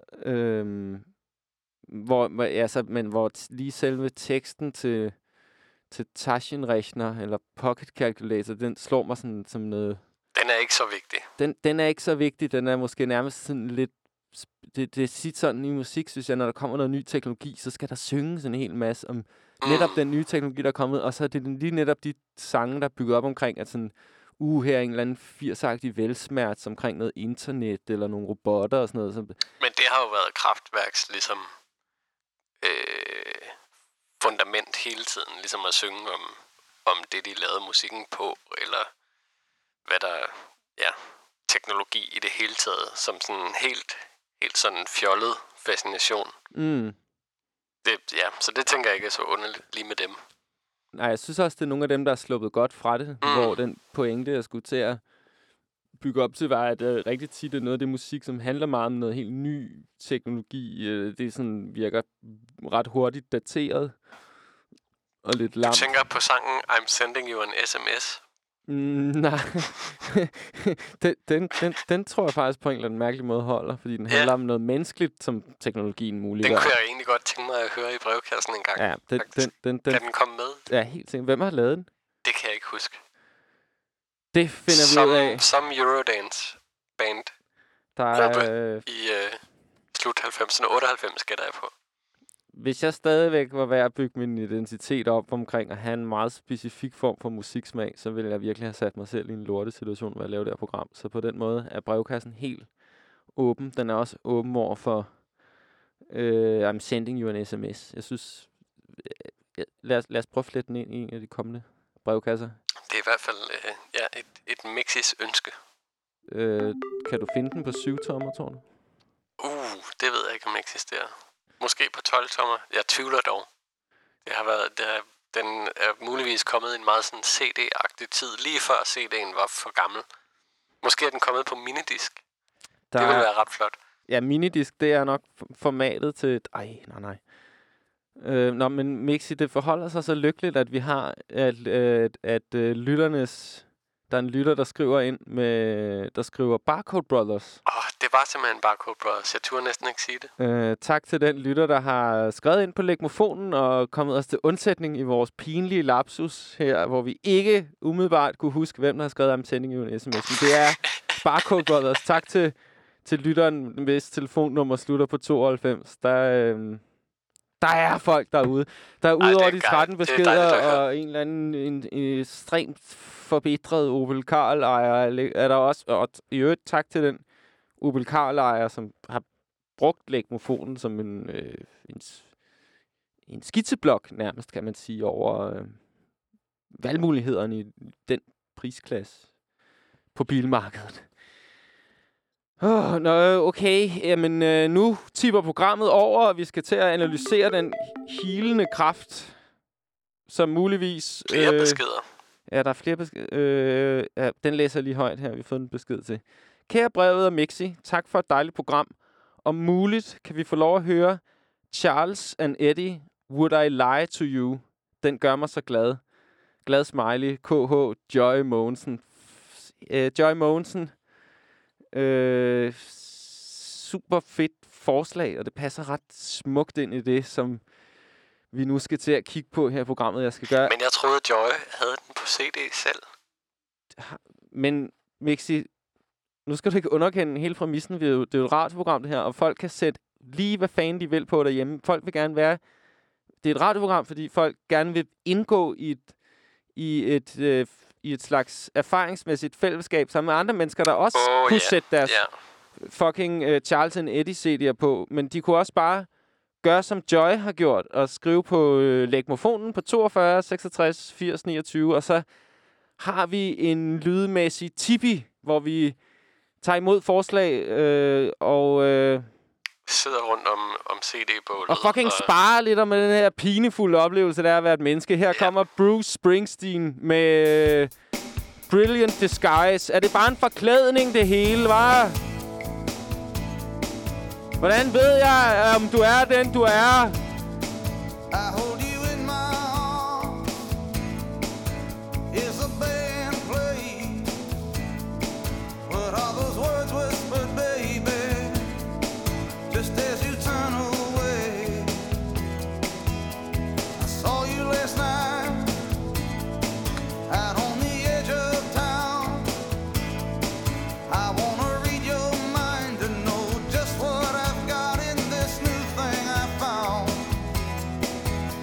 Speaker 1: Hvor lige selve teksten til Taschenrechner eller Pocket Calculator, den slår mig sådan som noget...
Speaker 3: Den er ikke så vigtig.
Speaker 1: Den er ikke så vigtig. Den er måske nærmest sådan lidt... Det er sit sådan i musik, synes jeg, når der kommer noget ny teknologi, så skal der synges en hel masse om netop den nye teknologi, der er kommet, og så er det lige netop de sange, der bygger op omkring, at sådan, her er en eller anden 80'er-agtig velsmert omkring noget internet, eller nogle robotter og sådan noget.
Speaker 3: Men det har jo været Kraftwerks ligesom fundament hele tiden, ligesom at synge om det, de lavede musikken på, eller hvad der, teknologi i det hele taget, som sådan helt sådan fjollet fascination. Så det tænker jeg ikke er så underligt lige med dem.
Speaker 1: Nej, jeg synes også, det er nogle af dem, der er sluppet godt fra det, hvor den pointe, jeg skulle til at bygge op til, var, at rigtig tit er noget af det musik, som handler meget om noget helt ny teknologi. Det sådan virker ret hurtigt dateret og lidt lam.
Speaker 3: Du tænker på sangen I'm Sending You an SMS?
Speaker 1: Nej. den tror jeg faktisk på en eller anden mærkelig måde holder, fordi den handler om noget menneskeligt, som teknologien muliggør.
Speaker 3: Den kunne jeg egentlig godt tænke mig at høre i brevkassen en gang.
Speaker 1: Ja,
Speaker 3: kan den komme med?
Speaker 1: Ja, helt sikkert. Hvem har lavet den?
Speaker 3: Det kan jeg ikke huske.
Speaker 1: Det finder vi ud af.
Speaker 3: Som Eurodance band.
Speaker 1: Der er
Speaker 3: i slut 90'erne, 98 gætter jeg på.
Speaker 1: Hvis jeg stadigvæk var ved at bygge min identitet op omkring at have en meget specifik form for musiksmag, så ville jeg virkelig have sat mig selv i en lortesituation ved at lave det her program. Så på den måde er brevkassen helt åben. Den er også åben over for I'm sending you an SMS. Jeg synes, lad os prøve at flette den ind i en af de kommende brevkasser.
Speaker 3: Det er i hvert fald et Mixis ønske.
Speaker 1: Kan du finde den på 7-tommer, tror du?
Speaker 3: Det ved jeg ikke, om den eksisterer. Måske på 12-tommer. Jeg tvivler dog. Den er muligvis kommet i en meget sådan CD-agtig tid, lige før CD'en var for gammel. Måske er den kommet på minidisk.
Speaker 1: Der
Speaker 3: Det ville være ret flot.
Speaker 1: Ja, minidisk, det er nok formatet til... nej. Nå, men Mixi, det forholder sig så lykkeligt, at vi har, at lytternes... Der er en lytter, der skriver ind med... Der skriver Barcode Brothers.
Speaker 3: Det var simpelthen Barcode Brothers. Jeg turde næsten ikke sige det.
Speaker 1: Tak til den lytter, der har skrevet ind på Legmofonen og kommet os til undsætning i vores pinlige lapsus her, hvor vi ikke umiddelbart kunne huske, hvem der har skrevet antænding i en sms. Men det er Barcode Brothers. Tak til lytteren, hvis telefonnummer slutter på 92. Der er folk derude. Der er udover de 13 beskeder og en eller anden en ekstremt forbitret Opel Karl-ejer, er der også... Og i øvrigt tak til den Opel Karl-ejer, som har brugt Legmofonen som en skitseblok, nærmest kan man sige, over valgmulighederne i den prisklasse på bilmarkedet. Okay. Jamen, nu tipper programmet over, og vi skal til at analysere den healende kraft, som muligvis...
Speaker 3: Flere beskeder.
Speaker 1: Ja, der er flere beskeder. Ja, den læser jeg lige højt her, vi har fået en besked til. Kære brevet og Mixi, tak for et dejligt program. Om muligt kan vi få lov at høre Charles and Eddie, Would I Lie to You? Den gør mig så glad. Glad smiley, KH, Joy Mogensen. Joy Mogensen. Super fedt forslag, og det passer ret smukt ind i det, som vi nu skal til at kigge på her i programmet, jeg skal gøre.
Speaker 3: Men jeg troede, Joy havde den på CD selv.
Speaker 1: Men, Mixi, nu skal du ikke underkende hele præmissen. Det er jo et radioprogram, det her, og folk kan sætte lige, hvad fanden de vil på derhjemme. Folk vil gerne være... Det er et radioprogram, fordi folk gerne vil indgå i et slags erfaringsmæssigt fællesskab sammen med andre mennesker, der også kunne sætte deres fucking Charles and Eddie CD'er på. Men de kunne også bare gøre, som Joy har gjort, og skrive på Legmofonen på 42 66 80 29, og så har vi en lydmæssig tipi, hvor vi tager imod forslag og
Speaker 3: sidder rundt om CD-bålet.
Speaker 1: Og fucking sparer lidt om den her pinefulde oplevelse, der er at være et menneske. Her kommer Bruce Springsteen med Brilliant Disguise. Er det bare en forklædning, det hele, hva'? Hvordan ved jeg, om du er den, du er?
Speaker 8: I hold you in my arms. Is a band played? What are those words whispered, baby? Just as you turn away. I saw you last night out on the edge of town. I wanna read your mind and know just what I've got in this new thing I found.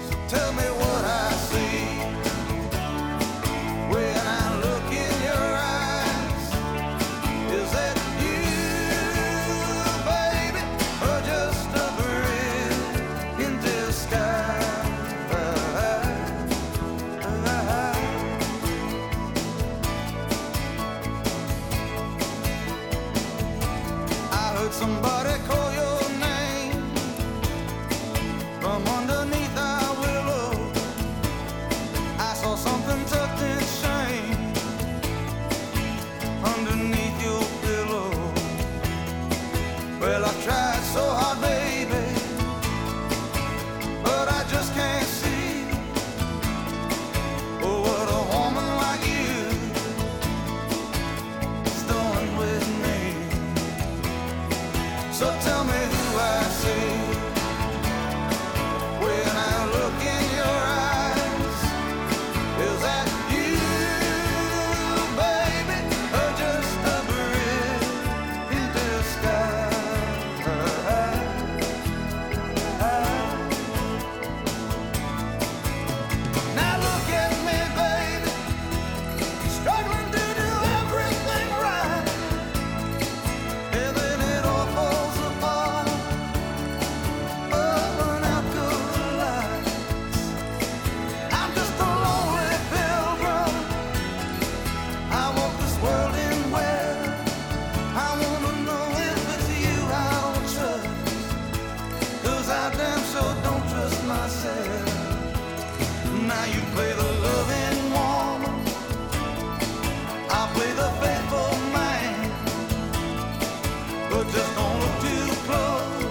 Speaker 8: but just don't look too close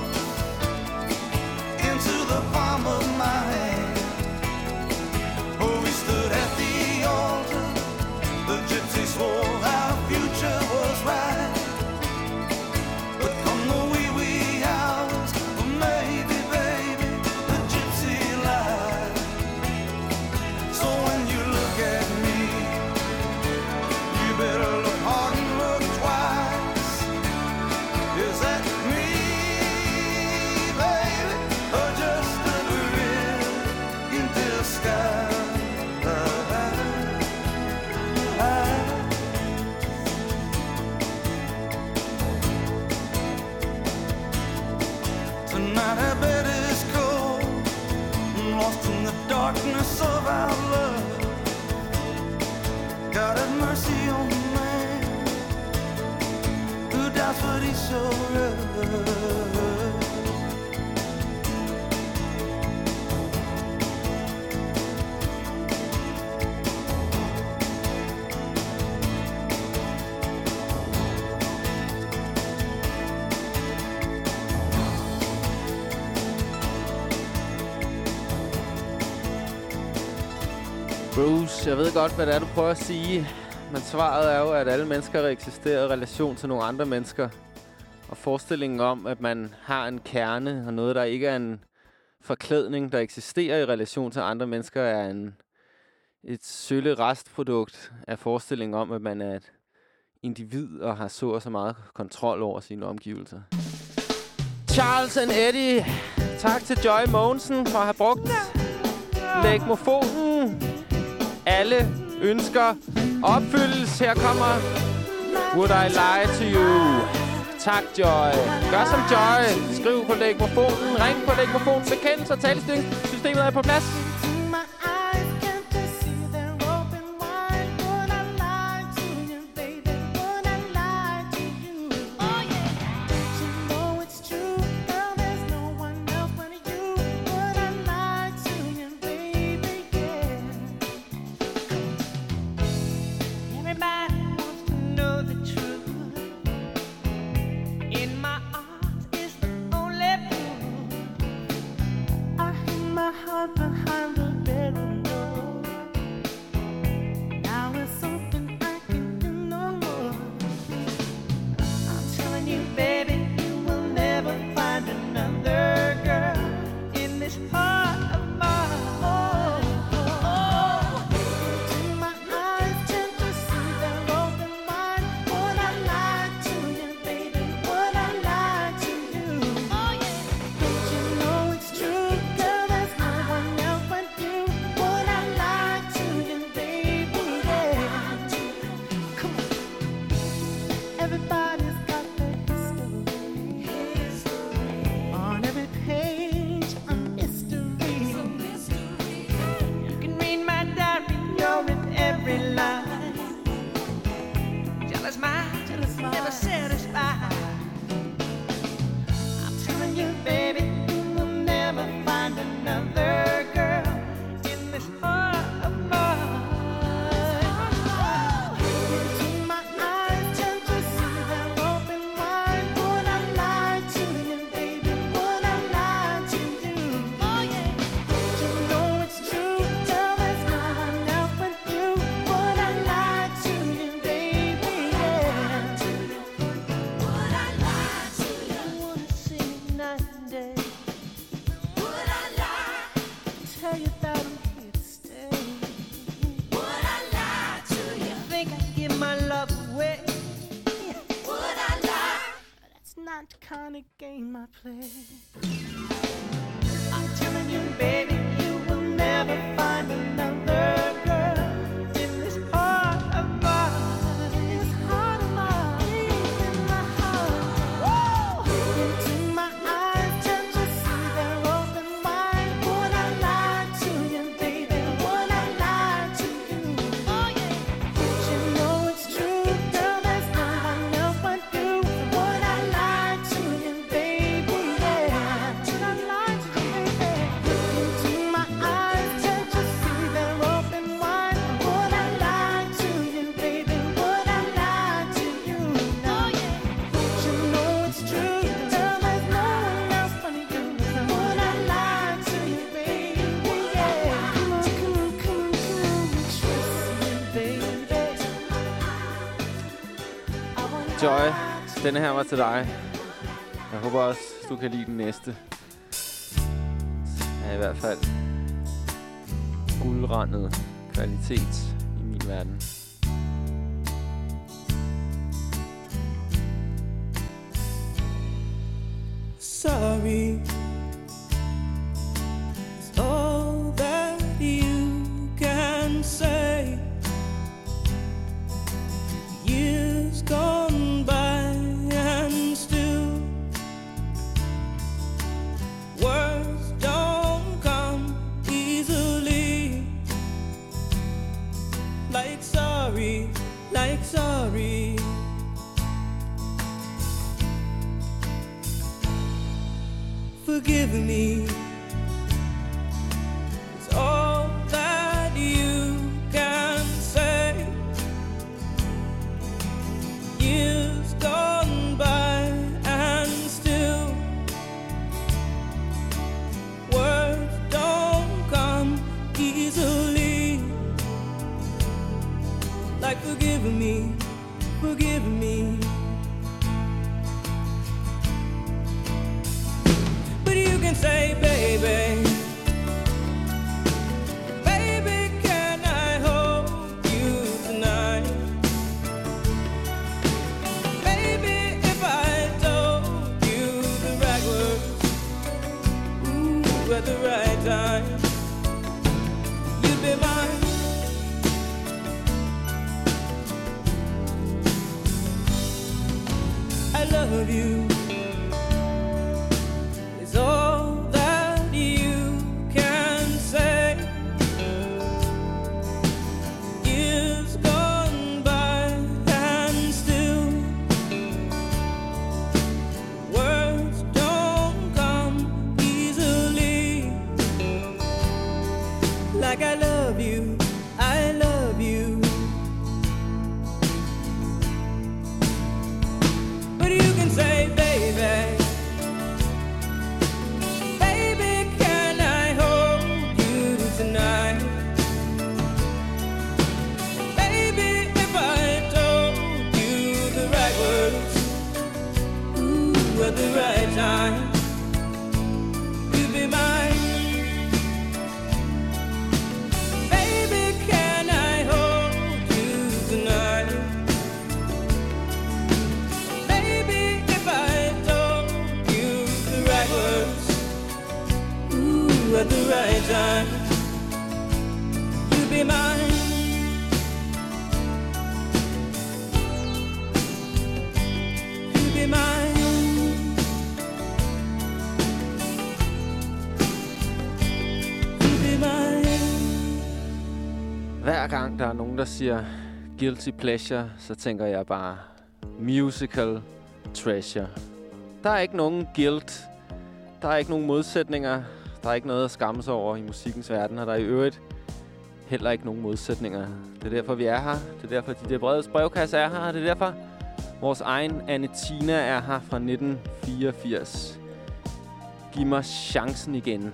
Speaker 8: into the palm of my hand. Oh, we stood at the altar, the gypsy swore our future was right. But come the wee hours, well, maybe, baby, the gypsy lied. So when you look at me, you better look hard and look twice. Is that me, baby, or just a grin in disguise? Tonight our bed is cold, lost in the darkness of our love. God have mercy on the man who doubts what he showed us.
Speaker 1: Bruce, jeg ved godt, hvad det er, du prøver at sige. Men svaret er jo, at alle mennesker eksisterer i relation til nogle andre mennesker. Og forestillingen om, at man har en kerne og noget, der ikke er en forklædning, der eksisterer i relation til andre mennesker, er et sølle restprodukt af forestillingen om, at man er et individ og har så meget kontrol over sine omgivelser. Charles and Eddie, tak til Joy Mogensen for at have brugt lægmofonen. Alle ønsker opfyldes. Her kommer Would I Lie to You. Tak, Joy. Gør som Joy. Skriv på lægmofonen. Ring på lægmofonen. Bekend, så talstyringssystemet er på plads.
Speaker 9: Behind the bedroom door. Now it's something I can do no more. I'm telling you, baby, you will never find another girl in this heart of mine. Into my eyes, tend to see their open wide. Would I lie to you, baby? Would I lie to you? Oh yeah. Don't you know it's true, girl? There's no one else but you. Would I lie to you, baby? Yeah. Come on. Everybody's got their history. On every page, a mystery. You can read my diary, you're in every line. Jealous mind, never satisfied. I'm telling you, baby, you will never find another girl in this heart of mine. Into my eyes, tend to see them open wide. Would I lie to you, baby? Would I lie to you? Oh yeah. Don't you know it's true? Tell there's no one else but you. Would I lie to you, baby? Yeah. Would I lie to you? I wanna see you night and day. Would I lie? Tell you that I'm here to stay. Would I lie to you? You think I'd give my love away? Would I lie? That's not the kind of game I play. I'm telling you, baby, you will never find another girl in this heart of mine. This heart of mine, in my heart. Into my eyes, tend to see their open wide. Would I lie to you, baby? Would I lie to you? Oh yeah. Don't you know it's true, girl? There's no one else but you. Would I lie to you, baby? Yeah. Would I lie to you, baby? Into my eyes, tend
Speaker 1: Joy, denne her var til dig. Jeg håber også, du kan lide den næste. Er i hvert fald guldrandet kvalitet i min verden.
Speaker 9: Sorry is all that you can say. Years gone by and still words don't come easily. Like sorry, like sorry. Forgive me. It's all that you can say. Years gone by and still words don't come easily. Like forgive me, forgive me. You can say, baby, baby, can I hold you tonight? Baby, if I told you the right words, ooh, at the right time, you'd be mine. I love you. All that you can say. Years gone by and still words don't come easily. Like I love you, I love you. But you can say, baby, tonight. Baby, if I told you the right words, ooh, at the right time, you'd be mine. Baby, can I hold you tonight? Baby, if I told you the right words, ooh, at the right time, be mine. You be mine. You be mine.
Speaker 1: Hver gang der er nogen, der siger guilty pleasure, så tænker jeg bare musical treasure. Der er ikke nogen guilt. Der er ikke nogen modsætninger. Der er ikke noget at skamme sig over i musikkens verden, og der er i øvrigt heller ikke nogen modsætninger. Det er derfor, vi er her. Det er derfor, de der Bredes brevkasse er her. Og det er derfor, vores egen Anne Tina er her fra 1984. Giv mig chancen igen.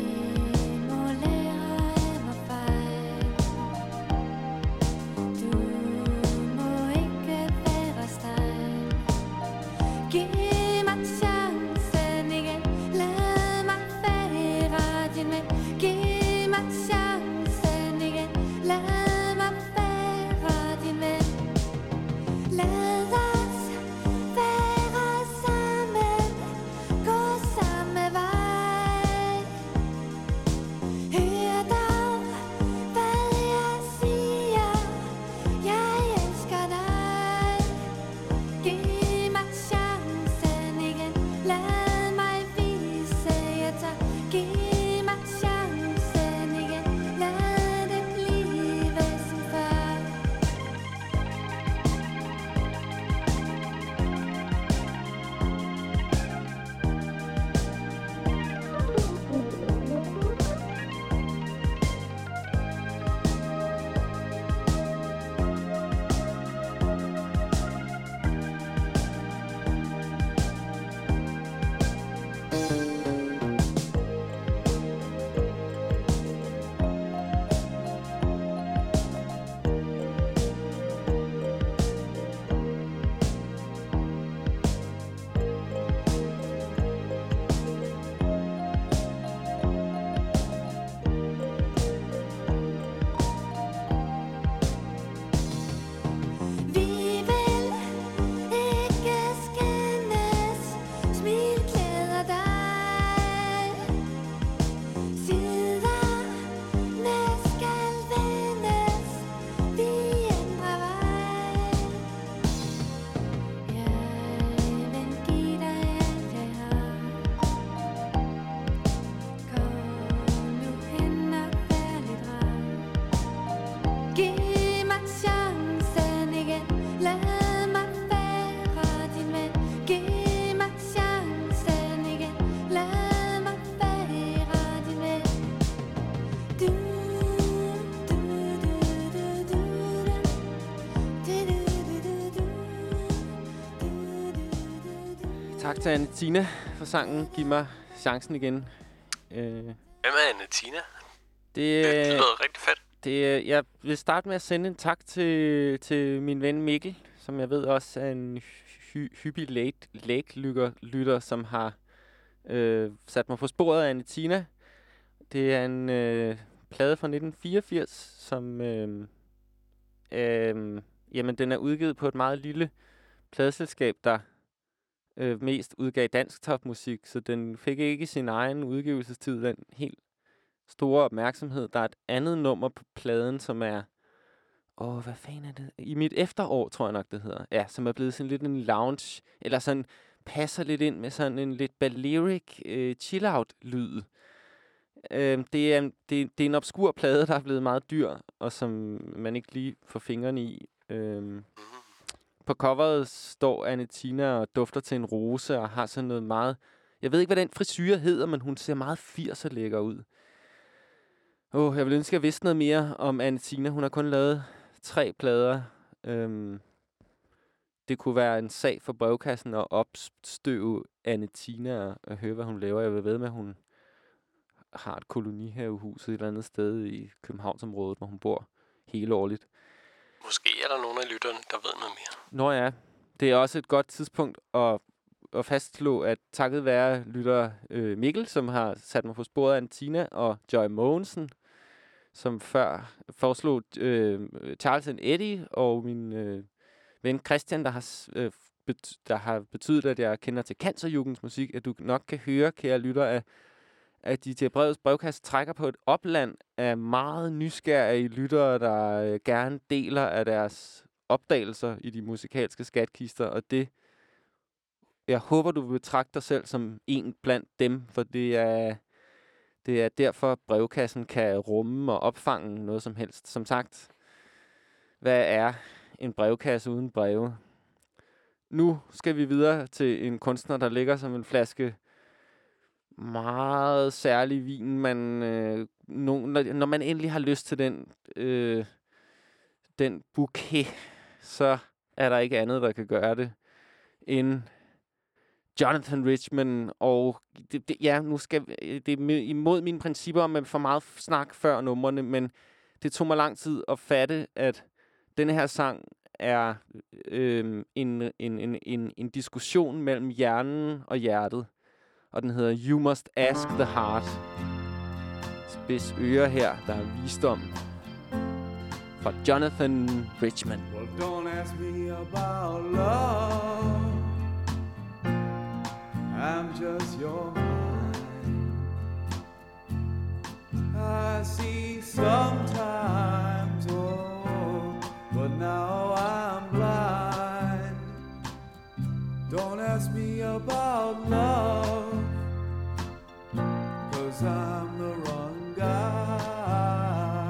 Speaker 10: Du
Speaker 1: Tak til Anne-Tina for sangen. Giv mig chancen igen.
Speaker 3: Hvem er Anne-Tina?
Speaker 1: Det
Speaker 3: lyder rigtig fedt.
Speaker 1: Jeg vil starte med at sende en tak til min ven Mikkel, som jeg ved også er en hyppig læglytter, som har sat mig på sporet af Anne-Tina. Det er en plade fra 1984, som jamen den er udgivet på et meget lille pladeselskab, der mest udgav dansk topmusik, så den fik ikke sin egen udgivelsestid, den helt store opmærksomhed. Der er et andet nummer på pladen, som er... hvad fanden er det? I mit efterår, tror jeg nok, det hedder. Ja, som er blevet sådan lidt en lounge, eller sådan passer lidt ind med sådan en lidt Balearic chill-out-lyd. Det er en obskur plade, der er blevet meget dyr, og som man ikke lige får fingrene i. På coveret står Anne-Tina og dufter til en rose, og har sådan noget meget... Jeg ved ikke, hvad den frisyre hedder, men hun ser meget 80'er lækker ud. Jeg vil ønske, at jeg vidste noget mere om Anne-Tina. Hun har kun lavet 3 plader. Det kunne være en sag for brevkassen at opstøve Anne-Tina og høre, hvad hun laver. Jeg vil ved med, at hun har et kolonihavehus et eller andet sted i Københavnsområdet, hvor hun bor hele årligt.
Speaker 3: Måske er der nogen af lytterne, der ved noget mere.
Speaker 1: Nå ja, det er også et godt tidspunkt at fastslå, at takket være lytter Mikkel, som har sat mig på sporet af Anne-Tina, og Joy Mogensen, som før foreslog Charles and Eddie, og min ven Christian, der har betydet, at jeg kender til Cancerjugens musik, at du nok kan høre, kære lytter, at DJ Brevets brevkasse trækker på et opland af meget nysgerrige lyttere, der gerne deler af deres opdagelser i de musikalske skatkister, og det, jeg håber, du vil betragte dig selv som en blandt dem, for det er derfor, brevkassen kan rumme og opfange noget som helst. Som sagt, hvad er en brevkasse uden breve? Nu skal vi videre til en kunstner, der ligger som en flaske meget særlig vin, når man endelig har lyst til den bouquet, så er der ikke andet, der kan gøre det, end Jonathan Richman. Og nu skal det er imod mine principper om for meget snak før numrene, men det tog mig lang tid at fatte, at denne her sang er en diskussion mellem hjernen og hjertet. Og den hedder You Must Ask the Heart. Spids ører her, der er visdom. Fra Jonathan Richman.
Speaker 8: Well, don't ask me about love. I'm just your mind. I see sometimes, but now I'm blind. Don't ask me about love, 'cause I'm the wrong guy.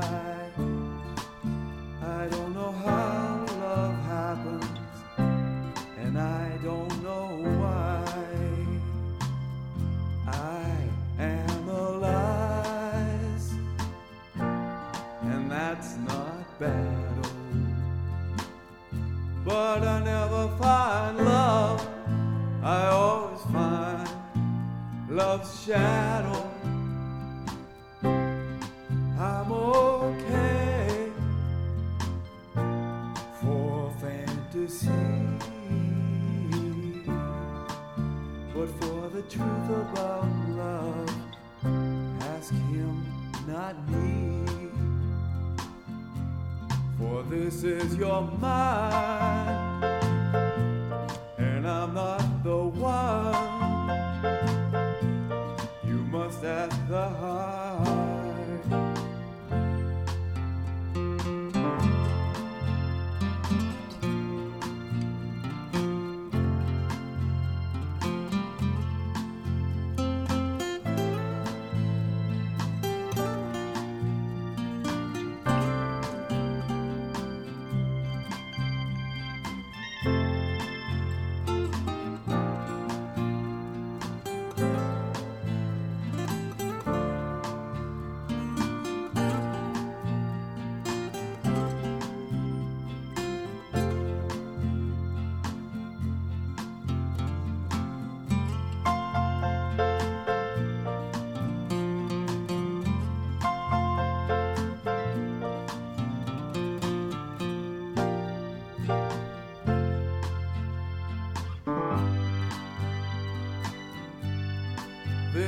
Speaker 8: I don't know how love happens, and I don't know why. I analyze, and that's not bad, but I never find love. I always find love's shadow. I'm okay for fantasy, but for the truth about love, ask him, not me. For this is your mind, and I'm not the one. You must ask the heart.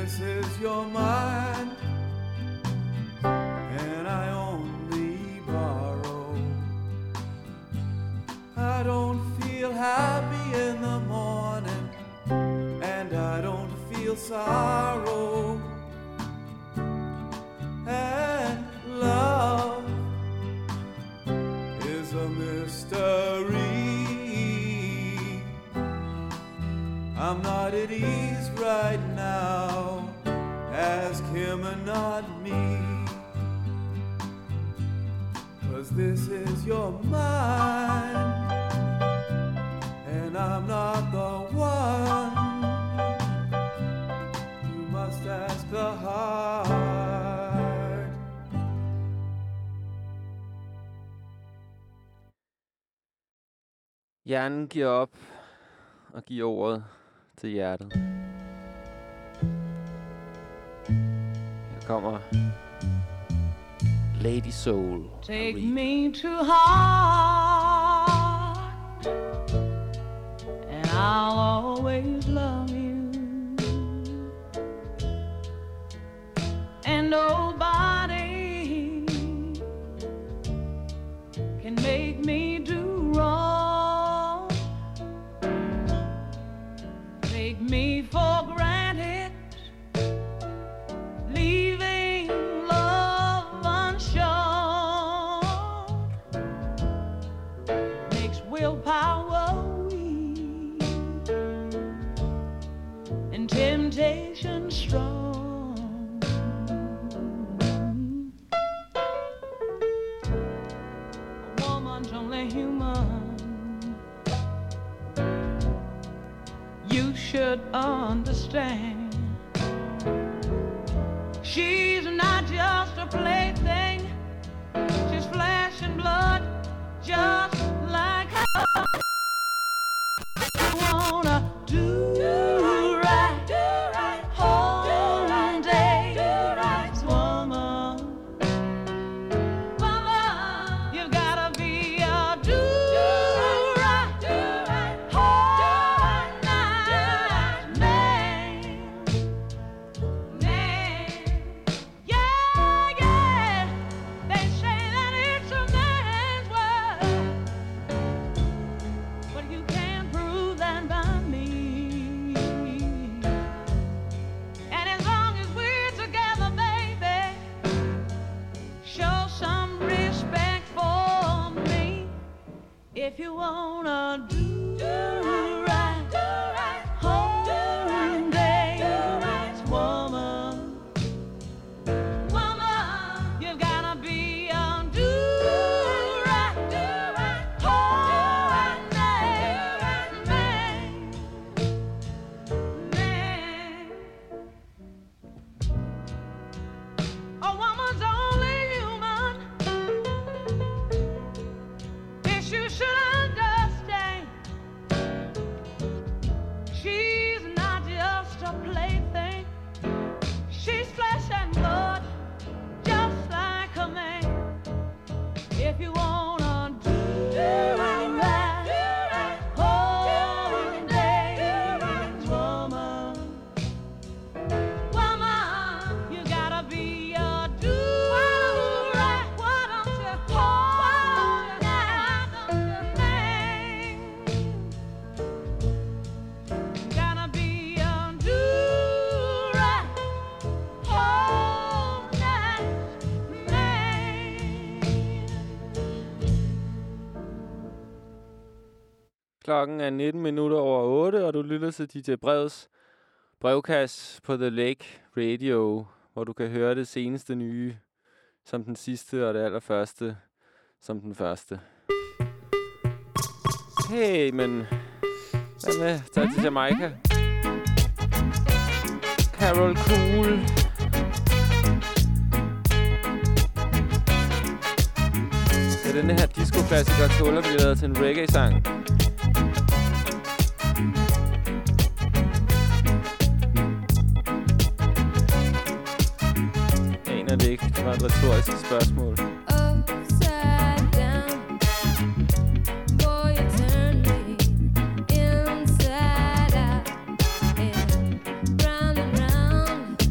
Speaker 8: this is your mind, and I only borrow. I don't feel happy in the morning, and I don't feel sorrow. And love is a mystery. I'm not at ease right now. Ask him and not me. 'Cause this is your mind, and I'm not the one. You must ask the heart.
Speaker 1: Hjernen giver op og giver ordet til hjertet. Her kommer Lady Soul.
Speaker 10: Take me to heart, and I'll always love you. And nobody can make me do wrong. Take me for granted, leaving love unshown. Makes willpower weak and temptation strong. A woman's only human. You should understand. She's not just a plaything. She's flesh and blood, just like her. You wanna do right, whole day, woman. Woman, you've gotta be a do right, whole night man. Yeah, yeah. They say that it's a man's world, but you can't prove that by me. And as long as we're together, baby, show some respect for me. If you wanna do right, whole day, woman. Woman, you've gotta be a do right, whole night man. A woman's only human. This you should understand. She's not just a plaything. She's flesh and blood, just like a man. If you wanna do right, whole day, woman. Woman, you gotta be a do right, why don't you hold night man? Gotta be a do right, whole night man.
Speaker 1: Klokken er 19 minutter over 8, og du lytter til DJ Breds brevkasse på The Lake Radio, hvor du kan høre det seneste nye som den sidste, og det allerførste som den første. Hey, men hvad med? Tag til Jamaica. Carol Cool. Ja, denne her disco-klassiker tåler bliver lavet til en reggae-sang. Jeg aner det ikke. Det var et retorisk spørgsmål.
Speaker 11: Upside down, boy, you turn me inside out, and round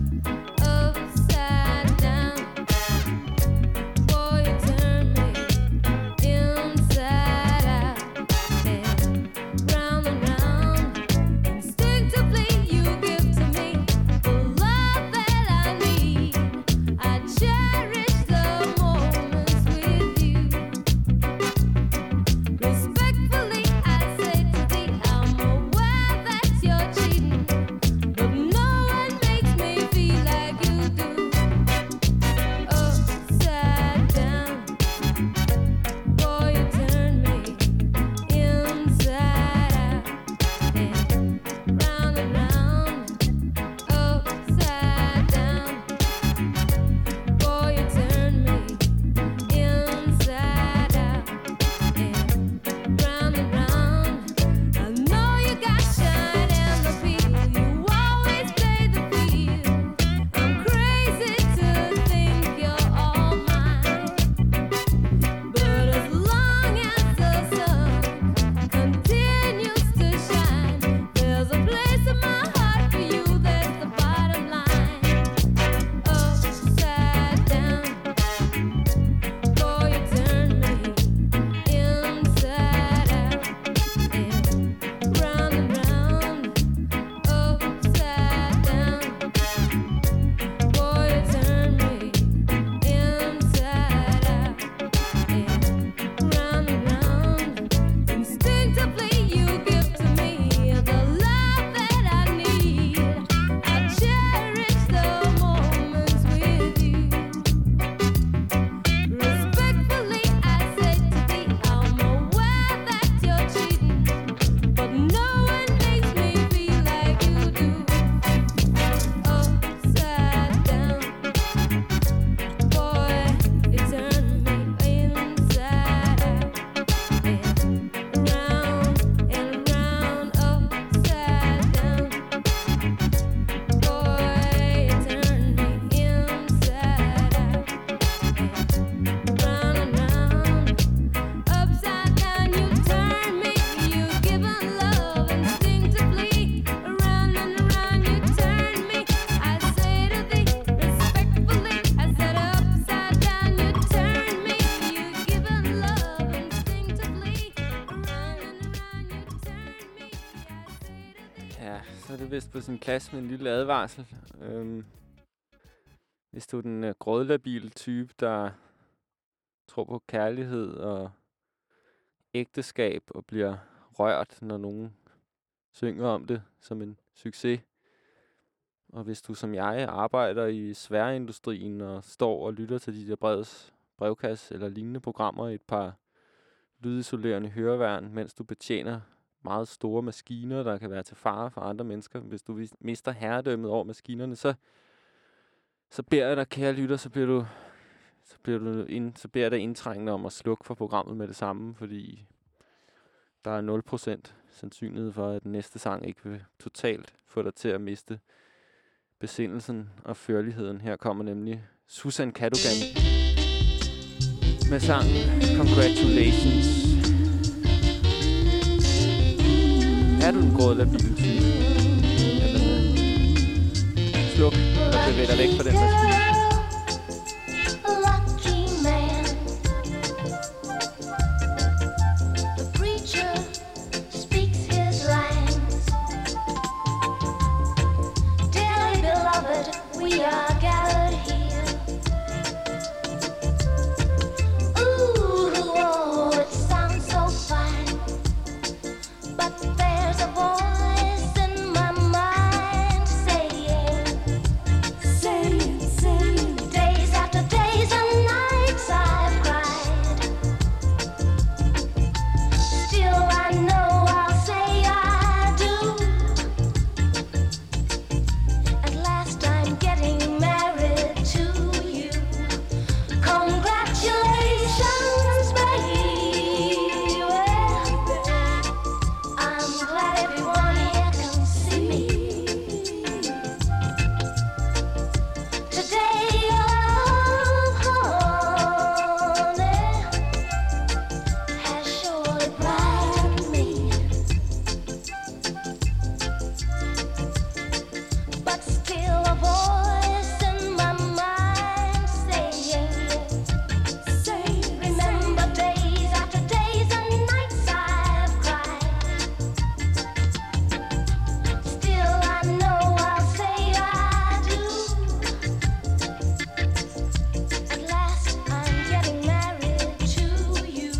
Speaker 1: vist på sin plads med en lille advarsel. Hvis du er den grådlabile type, der tror på kærlighed og ægteskab og bliver rørt, når nogen synger om det som en succes. Og hvis du som jeg arbejder i sværindustrien og står og lytter til de der brevkasse eller lignende programmer i et par lydisolerende høreværn, mens du betjener meget store maskiner, der kan være til fare for andre mennesker. Hvis du mister herredømmet over maskinerne, så beder jeg dig, kære lytter, så beder jeg dig indtrængende om at slukke for programmet med det samme, fordi der er 0% sandsynlighed for, at den næste sang ikke vil totalt få dig til at miste besindelsen og førligheden. Her kommer nemlig Susan Cadogan med sangen Congratulations. Er du en grådlabil type? Sluk og bevæg dig væk fra den maskine.
Speaker 12: Lucky man. The preacher speaks his lines. Dearly beloved, we are gathered here. Ooh, oh, it sounds so fine. But there's a voice in my mind saying, days after days and nights I've cried. Still I know I'll say I do. At last I'm getting married to you. Congratulations, baby. I'm glad everyone here can see me. Today your honey has surely brightened me. But still a voice in my mind saying, remember days after days and nights I've cried. Still I know I'll say I do. At last I'm getting married to you.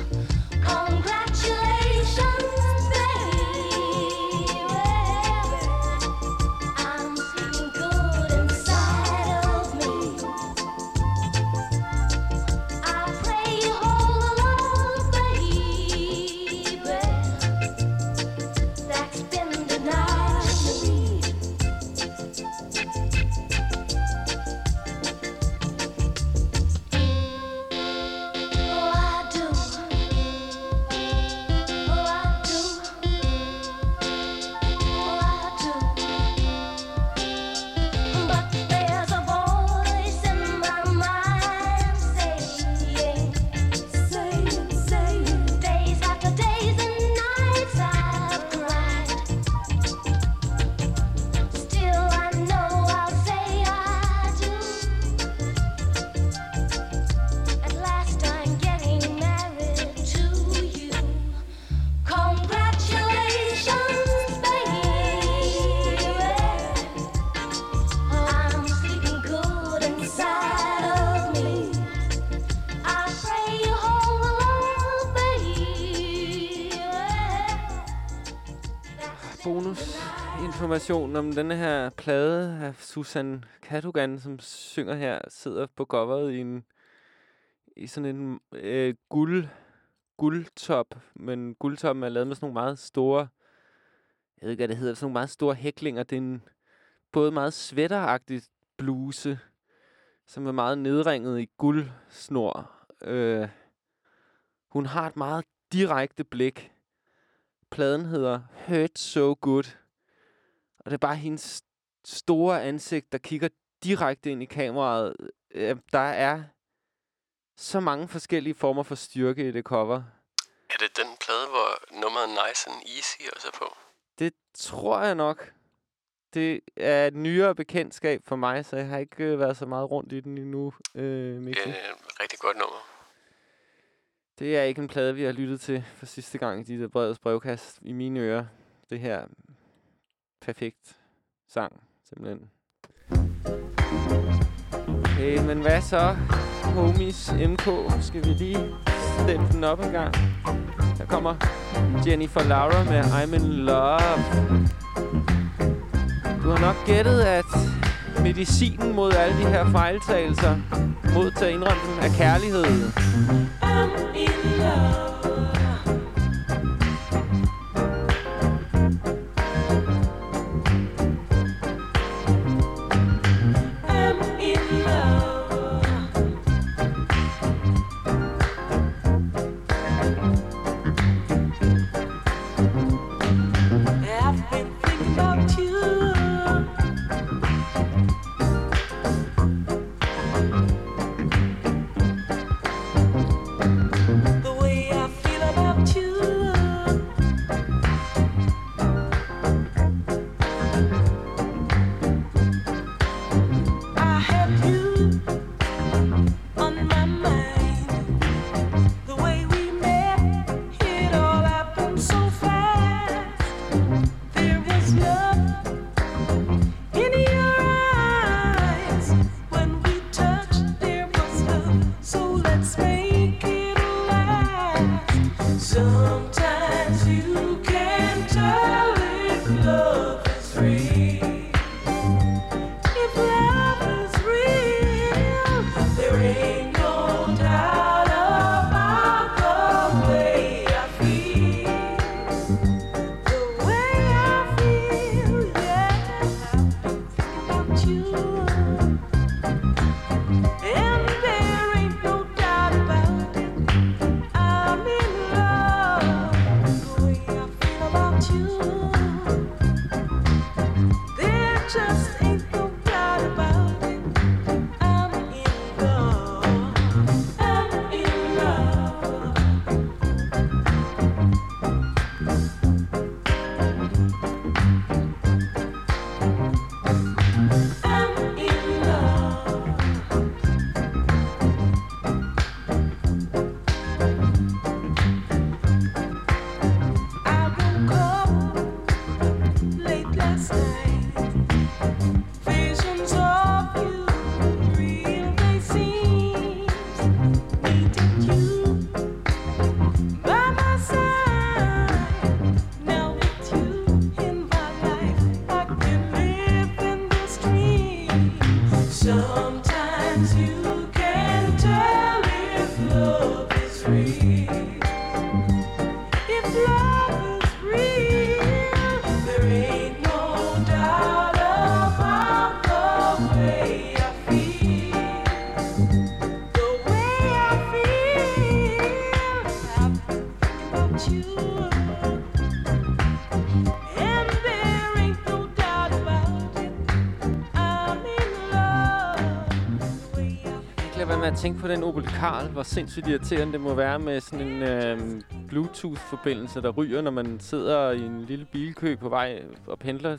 Speaker 12: Congratulations, baby. I'm feeling good inside of me. I pray you hold along, baby. That's been denied to me. Oh, I do. Oh, I do. Oh, I do. But there's a voice in my mind saying, days after days and nights I've cried. Still I know I'll say I do. At last I'm getting married to you. Congratulations, baby. I'm sleeping good inside of me. I pray you hold along, baby.
Speaker 1: Bonusinformation om denne her plade af Susan Cadogan, som synger her, sidder på coveret i sådan en guldtop, men guldtoppen er lavet med sådan nogle meget store, jeg ved ikke, hvad det hedder, sådan nogle meget store hæklinger. Det er en både meget sweateragtig bluse, som er meget nedringet i guldsnor. Hun har et meget direkte blik. Pladen hedder Hurt So Good. Og det er bare hendes store ansigt, der kigger direkte ind i kameraet. Der er så mange forskellige former for styrke i det cover.
Speaker 3: Er det den plade, hvor nummeret Nice and Easy også er på?
Speaker 1: Det tror jeg nok. Det er et nyere bekendtskab for mig, så jeg har ikke været så meget rundt i den endnu, Mixi.
Speaker 3: Det er et rigtig godt nummer.
Speaker 1: Det er ikke en plade, vi har lyttet til for sidste gang i de der brevets brevkast i mine ører. Det her perfekt sang, simpelthen. Okay, men hvad så? Homies MK, skal vi lige stemme den op en gang? Der kommer Jennifer Laura med I'm in Love. Du har nok gættet, at medicinen mod alle de her fejltagelser, mod til at indrømme dem, er kærlighed.
Speaker 9: I'm in love.
Speaker 1: Tænk på den Opel Karl, hvor sindssygt irriterende det må være med sådan en Bluetooth-forbindelse, der ryger, når man sidder i en lille bilkø på vej og pendler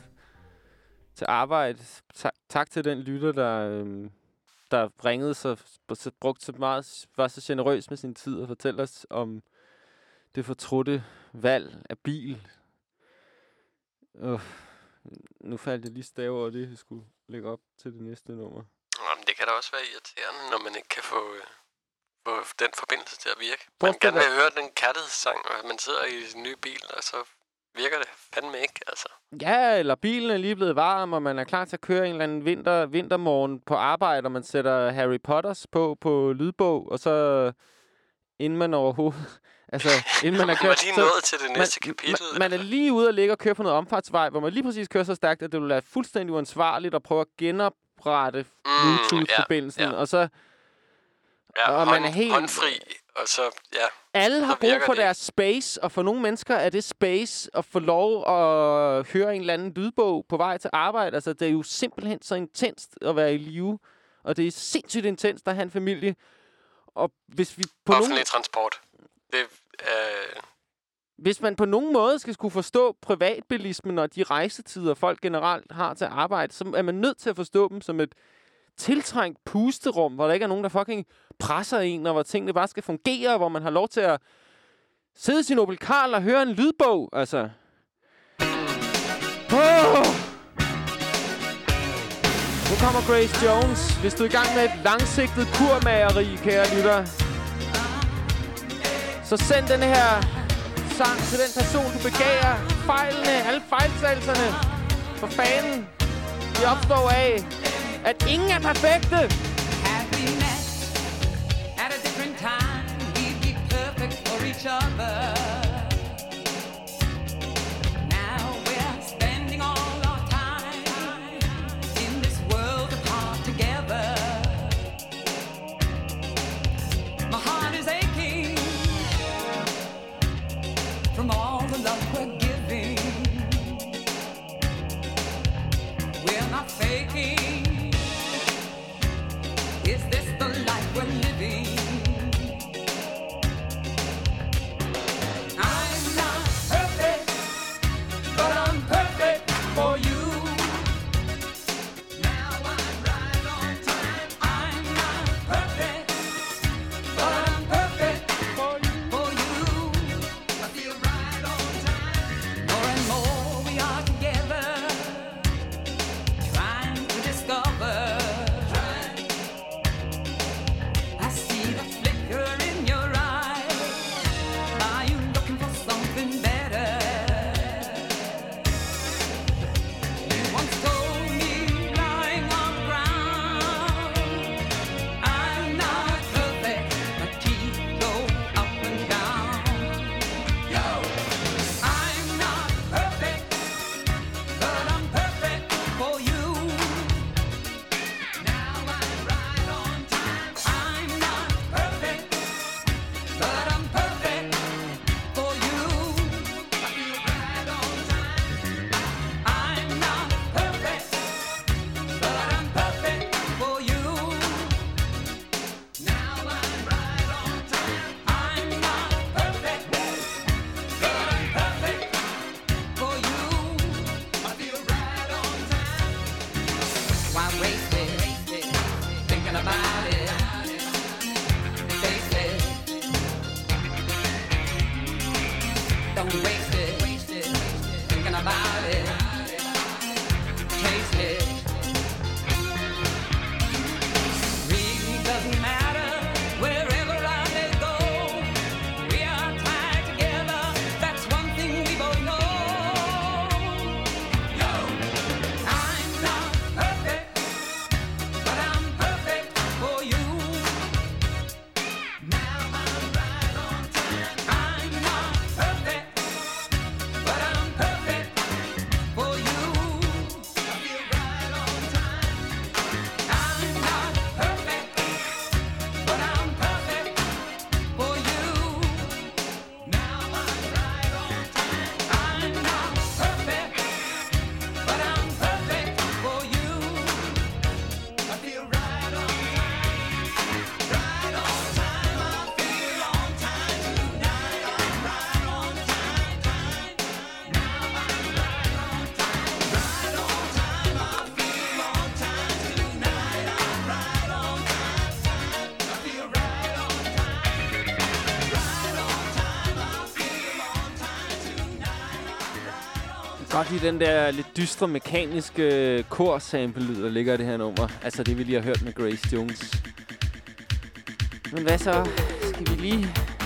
Speaker 1: til arbejde. Tak til den lytter, der ringede så brugte så meget, var så generøs med sin tid og fortælle os om det fortrudte valg af bil. Nu faldt jeg lige stave over det, jeg skulle lægge op til det næste nummer.
Speaker 3: Jamen, det kan da også være irriterende, når man ikke kan få den forbindelse til at virke. Man gerne vil høre den kærlighedssang, og man sidder i sin nye bil, og så virker det fandme ikke, altså.
Speaker 1: Ja, eller bilen er lige blevet varm, og man er klar til at køre en eller anden vintermorgen på arbejde, og man sætter Harry Potters på lydbog, og så inden man overhovedet... Altså, inden man er kørt...
Speaker 3: Man er lige nået til det næste kapitel.
Speaker 1: Man er lige ude og ligge og køre på noget omfartsvej, hvor man lige præcis kører så stærkt, at det vil være fuldstændig uansvarligt at prøve at genoprette Bluetooth-forbindelsen, og så...
Speaker 3: Ja,
Speaker 1: og man er helt
Speaker 3: håndfri, og så, ja.
Speaker 1: Alle har brug for deres space, og for nogle mennesker er det space at få lov at høre en eller anden lydbog på vej til arbejde. Altså, det er jo simpelthen så intenst at være i live, og det er sindssygt intenst at have en familie. Og hvis vi på
Speaker 3: offentlig transport. Det
Speaker 1: Hvis man på nogen måde skal skulle forstå privatbilismen og de rejsetider, folk generelt har til arbejde, så er man nødt til at forstå dem som et tiltrængt pusterum, hvor der ikke er nogen, der fucking presser en, og hvor tingene bare skal fungere, hvor man har lov til at sidde i sin Opel Karl og høre en lydbog, altså. Nu kommer Grace Jones. Hvis du er i gang med et langsigtet kurmageri, kære lytter, så send den her sang til den person, du begærer. Fejlene, alle fejltagelserne. For fanden. De opstår af, at ingen er perfekte.
Speaker 10: Happiness at a different time, we'd be perfect for each other. Now we're spending all our time in this world apart together. My heart is aching from all the love we're giving. We're not faking. Is this the life we're living? I'm not perfect, but I'm perfect for you. Now I'm right on time. I'm not perfect, but I'm perfect for you. I feel right on time. More and more we are together, trying to discover. I see the flicker in your eye. Are you looking for something better? You once told me lying on the ground, I'm not perfect, but keep go up and down. Yo, I'm not perfect, but I'm perfect for you. Now I'm right on time. I'm not perfect, but I'm perfect for you. I feel right on time. I'm not perfect, but I'm perfect for you. Now I'm right on time. I'm not perfect, but I'm perfect for you. I feel right on time. Why waste it, thinking about it? Face it. Don't waste it, thinking about it. Taste it. Really doesn't matter wherever I may go. We are tied together. That's one thing we both know. Yo, I'm not perfect, but I'm perfect for you. Now I'm right on time. I'm not perfect, but I'm perfect for you. I feel right on time. I'm not perfect, but I'm perfect for you. Now I'm right on time. I'm not perfect, but I'm perfect for you. I feel right on time. Right on time. I feel on time tonight. I'm right on time. Now I'm right on time. Right on time. I feel on time tonight. I'm right on time. I feel right on time. Right on time. I feel on time tonight. I'm right on time.
Speaker 1: Godt lide den der lidt dystre mekaniske kor-sample-lyd, der ligger i det her nummer. Altså det, vi lige har hørt med Grace Jones. Men hvad så? Skal vi lige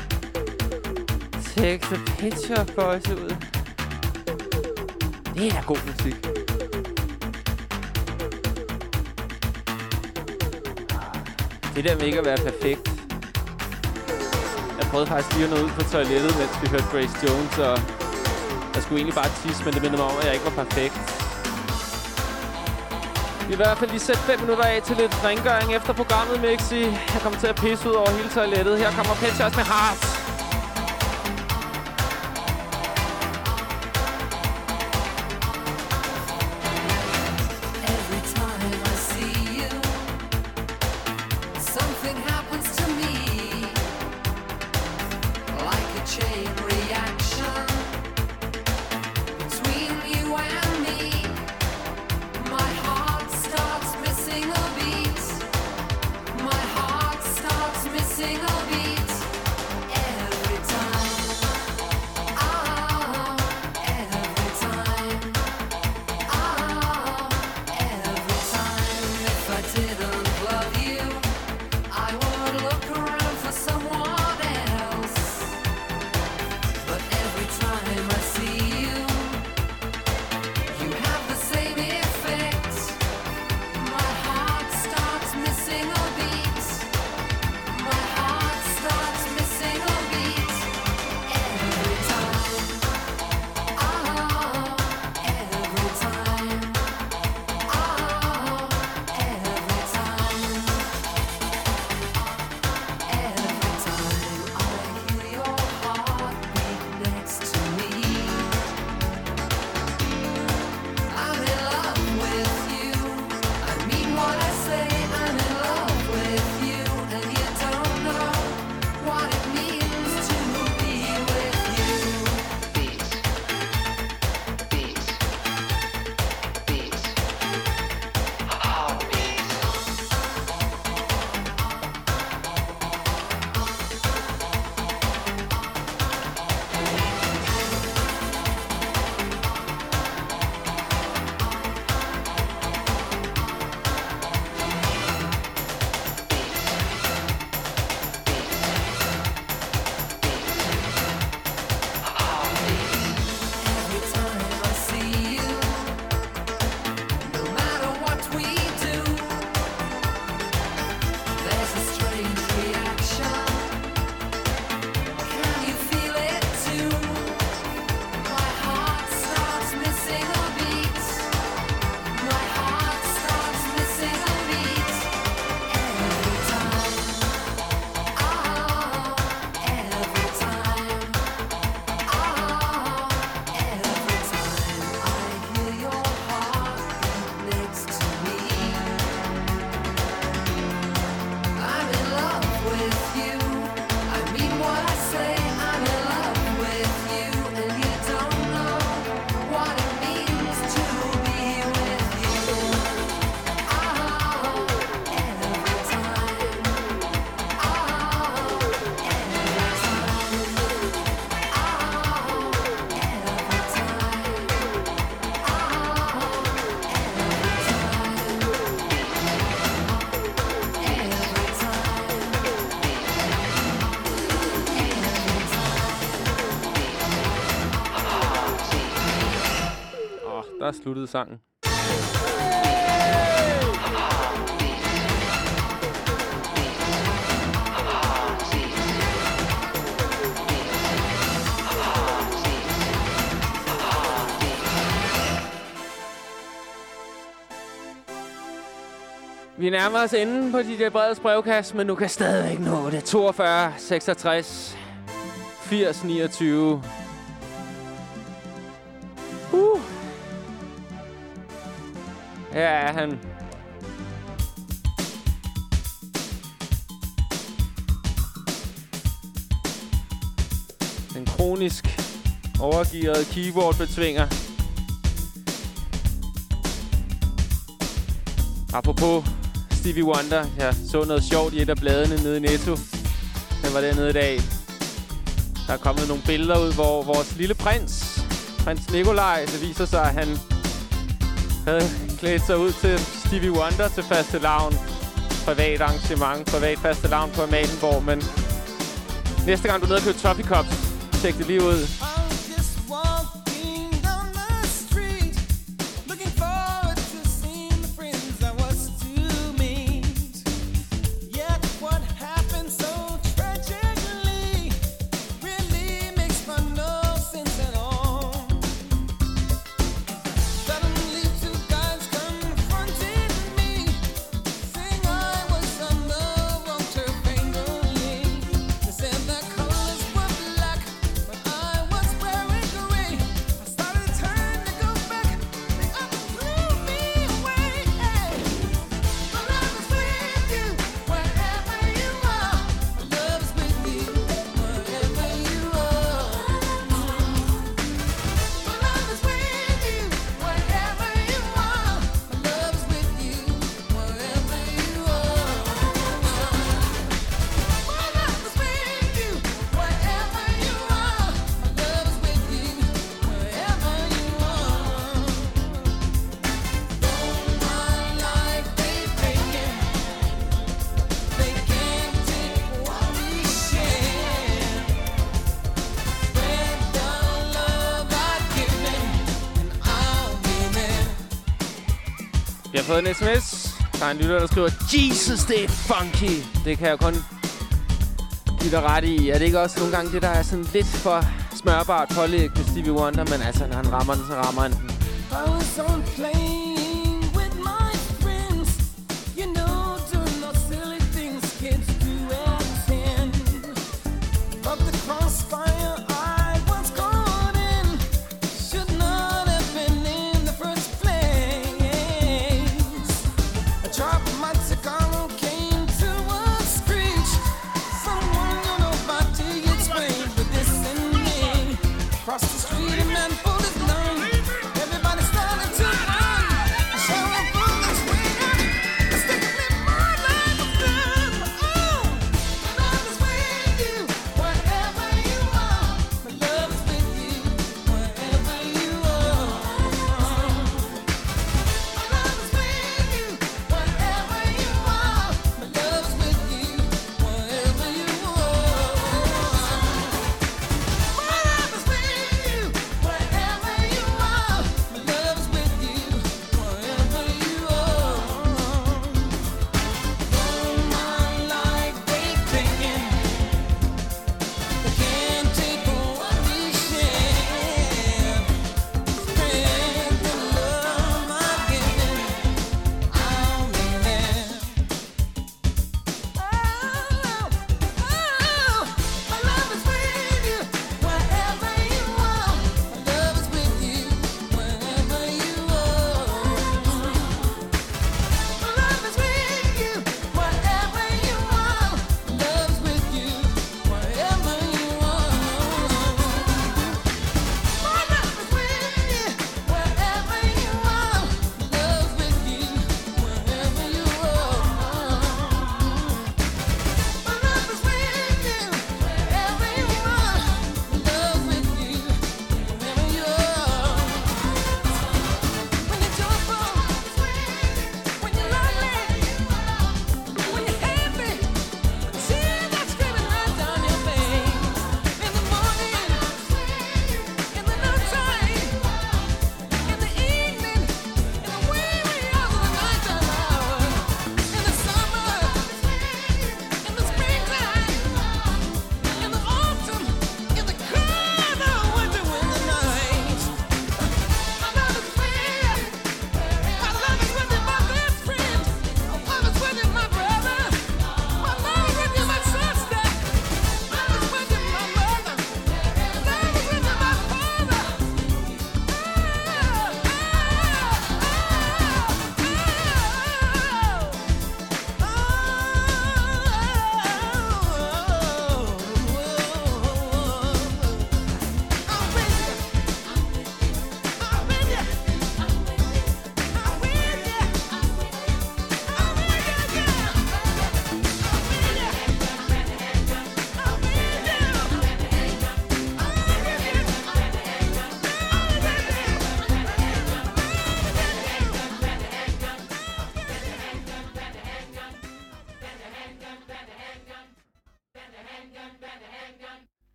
Speaker 1: take the picture for os ud? Det er da god musik. Det der med ikke at være perfekt. Jeg prøvede faktisk lige at nå ud på toilettet, mens vi hørte Grace Jones, og jeg skulle egentlig bare tisse, men det mindede mig om, at jeg ikke var perfekt. Vi vil i hvert fald lige sætte 5 minutter af til lidt rengøring efter programmet, Mixi. Jeg kommer til at pisse ud over hele toilettet. Her kommer Pet Shots med Heart.
Speaker 13: Every time I see you, something happens to me, like a chain reaction between you and me. My heart starts missing a beat. My heart starts missing a beat every time. Every time. Every time.
Speaker 1: der sluttede sangen. Vi nærmer os enden på DJ Breds brevkast, men du kan stadigvæk nå det. 42, 66, 80, 29. Her er han. Den kronisk overgearede keyboard-betvinger. Apropos Stevie Wonder. Jeg så noget sjovt i et af bladene nede i Netto. Den var dernede i dag. Der er kommet nogle billeder ud, hvor vores lille prins Nikolaj, det viser sig, at han havde klædt sig ud til Stevie Wonder til fastelavn. Privat arrangement, privat fastelavn på Amalienborg. Men næste gang du er nede og køber Toffee Cups, tjek det lige ud. Jeg har fået en sms. Der er en lytter, der skriver, Jesus, det er funky. Det kan jeg kun give dig ret i. Er det ikke også nogle gange det, der er sådan lidt for smørbart pålæg med Stevie Wonder? Men altså, når han rammer den, så rammer han den.
Speaker 9: I was on playing with my friends. You know, doing those silly things kids do at 10. But the crossfire I was caught in should not have been in the first place. A drop of my cigar came to a screech. Someone you know about to explain with this and me. Across the street, a man pulled his gun. Everybody started to run.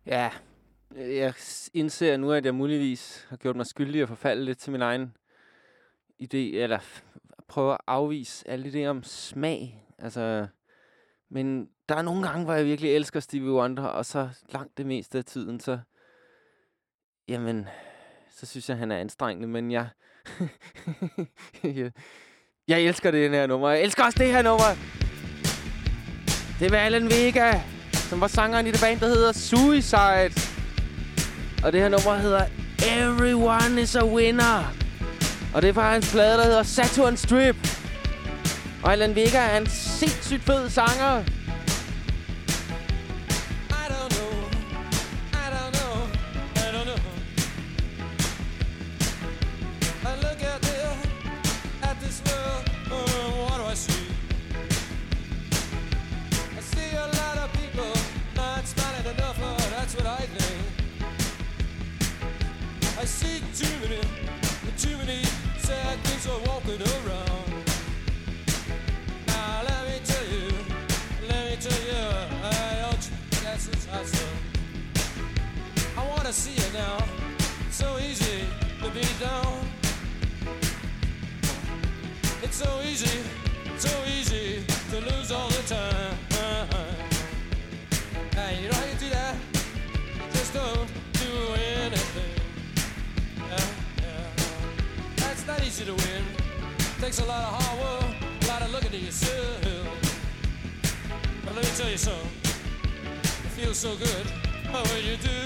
Speaker 1: Ja, jeg indser nu, at jeg muligvis har gjort mig skyldig og forfalde lidt til min egen idé, eller prøve at afvise alle idéer om smag. Altså, men der er nogle gange, hvor jeg virkelig elsker Stevie Wonder, og så langt det meste af tiden, så synes jeg, han er anstrengende, men jeg jeg elsker det her nummer. Jeg elsker også det her nummer. Det er Alan Vega, som var sangeren i det band, der hedder Suicide. Og det her nummer hedder Everyone is a Winner. Og det er fra hans plade, der hedder Saturn Strip. Og Alan Vega er en sindssygt fed sanger.
Speaker 14: I see too many sad things are walking around. Now let me tell you, that's awesome. I wanna see it now. It's so easy to be down. It's so easy to lose all the time. Hey, you know how you do that? Just don't do anything. That's not easy to win. Takes a lot of hard work, a lot of looking at yourself. But let me tell you something. It feels so good when you do.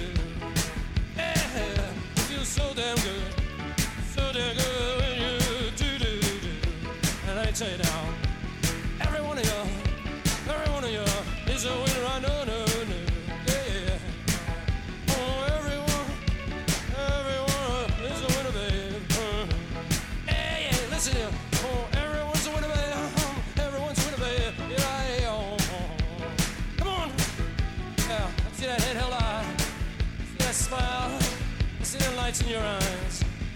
Speaker 14: Yeah, it feels so damn good when you do. And let me tell you now, every one of you is a winner. I know. Yeah. Oh, everyone is a winner, babe. Yeah, listen here. Oh, everyone's a winner, babe. Everyone's a winner, babe. Yeah, come on. Yeah, I see that head held high. See that smile. I see the lights in your eyes.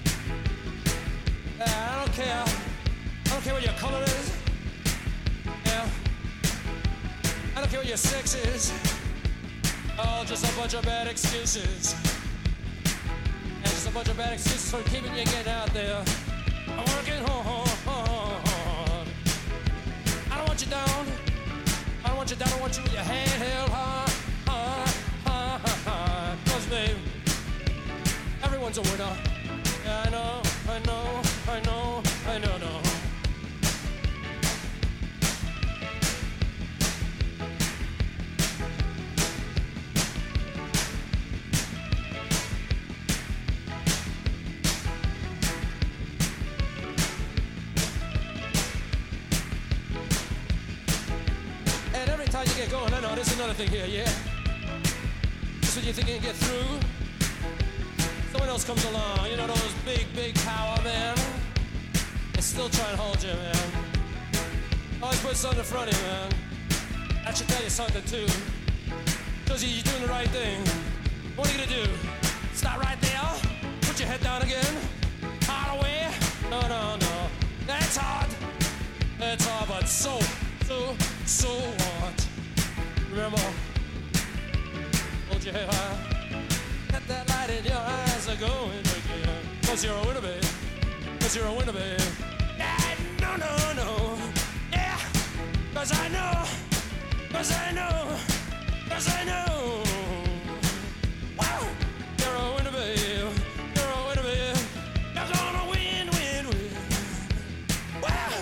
Speaker 14: Yeah, I don't care what your color is. Yeah, I don't care what your sex is. Oh, just a bunch of bad excuses. And just a bunch of bad excuses for keeping you getting out there. I'm working hard. I don't want you down. I don't want you with your head held high. Cause babe, everyone's a winner. Yeah, I know. And every time you get going, I know there's another thing here, yeah? Just when you think you can get through, someone else comes along, you know, those big power men. They still try and hold you, man. Always put something in front of you, man. That should tell you something, too. Shows you you're doing the right thing. What are you gonna do? Stop right there? Put your head down again? Hard away? No. That's hard. That's hard, but so what? Remember, hold your head high. Let that light in your eyes are going again. Cause you're a winner, babe. Yeah, no. Yeah, cause I know. Wow, you're a winner, babe. You're gonna win. Wow.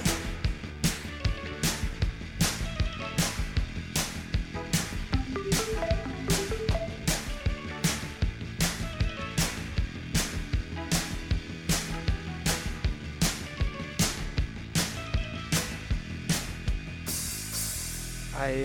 Speaker 1: Ej,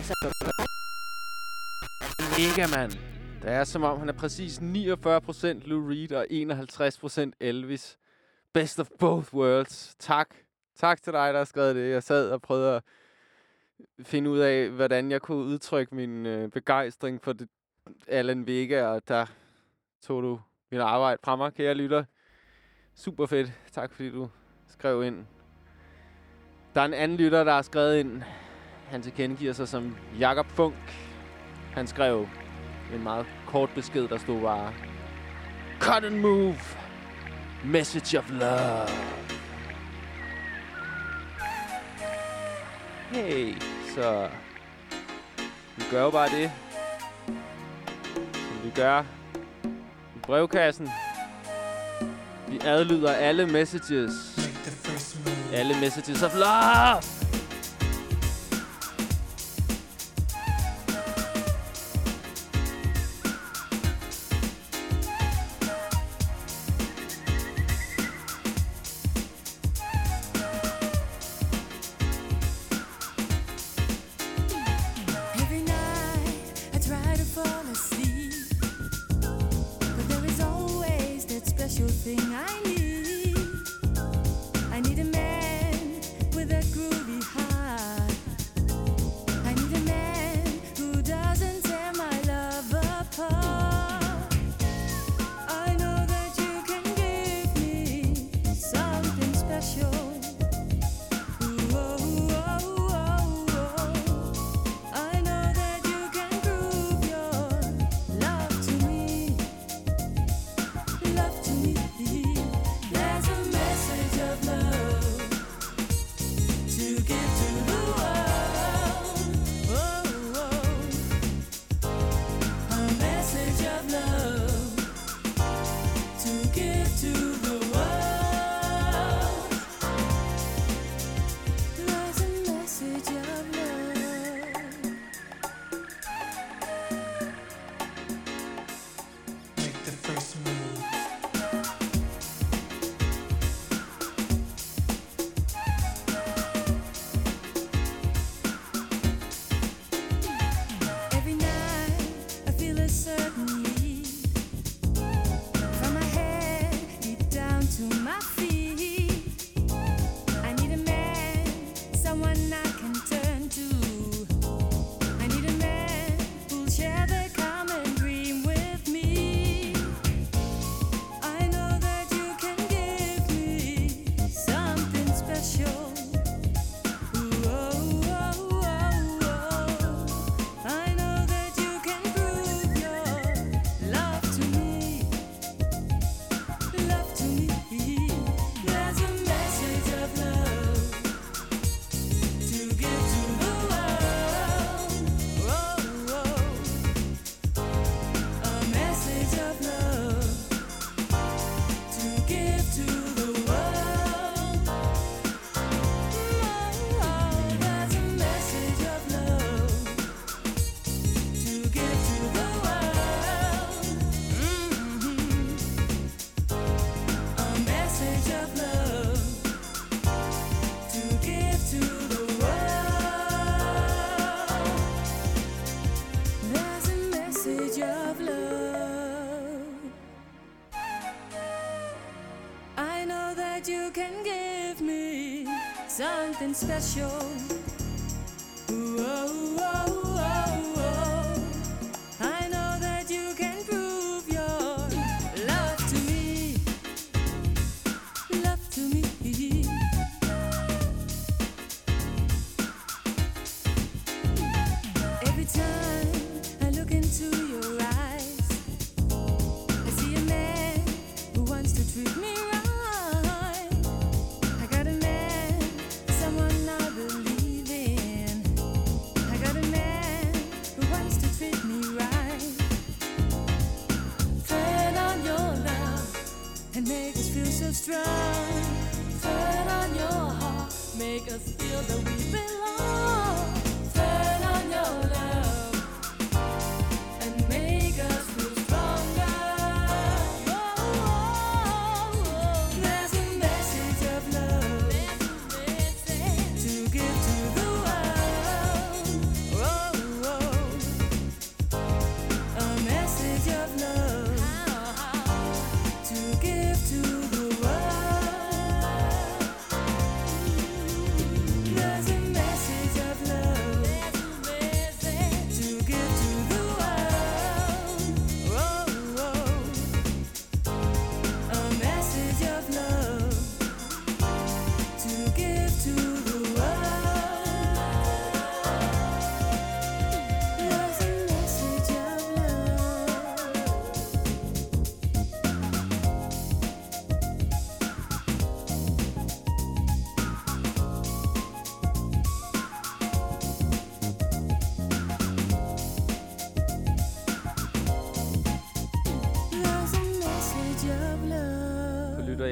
Speaker 1: mega, mand. Det er som om, han er præcis 49% Lou Reed og 51% Elvis. Best of both worlds. Tak til dig, der har skrevet det. Jeg sad og prøvede at finde ud af, hvordan jeg kunne udtrykke min begejstring for det, Alan Vega, og der tog du mit arbejde fra mig, kære lytter. Super fedt. Tak fordi du skrev ind. Der er en anden lytter, der har skrevet ind. Han tilkendegiver sig som Jakob Funk. Han skrev: en meget kort besked, der stod bare... Cut and move! Message of love! Hey, så... Vi gør jo bare det, som vi gør i brevkassen. Vi adlyder alle messages. Alle messages of love!
Speaker 9: Every night I try to fall asleep, but there is always that special thing I need. I need a man with a groovy heart. I need a man who doesn't tear my love apart. I know that you can give me something special. Ooh, oh, oh, oh, oh. I know that you can prove your love to me. Love to me. There's a message of love to give to the world. Oh, oh. A message of love to give to the world. There's a message of love.
Speaker 6: Make the first move.
Speaker 9: Every night I feel a certain need, from my head deep down to my feet. I need a man, someone I can turn to. I need a man who'll share the common dream with me. I know that you can give me something special. Ooh, oh, oh, oh, oh. I know that you can prove your love to me. Love to me. There's a message of love to give to the world. Oh, oh. A message of love to give to the world. Oh, there's a message of love to give to the world. A message of love to give to the world. There's a message of love. I know that you can give me something special. Ooh, oh, oh, oh, oh. I know that you can prove your love to me. Love to me. Every time I look into your eyes, I see a man who wants to treat me right. I got a man, someone I believe in. I got a man who wants to treat me right. Turn on your love and make us feel so strong. Turn on your heart, make us feel that we belong. Turn on your love and make us feel stronger. Oh, oh, oh. There's a message of love to give to the world. Oh, oh. A message of love to give to the world. There's a message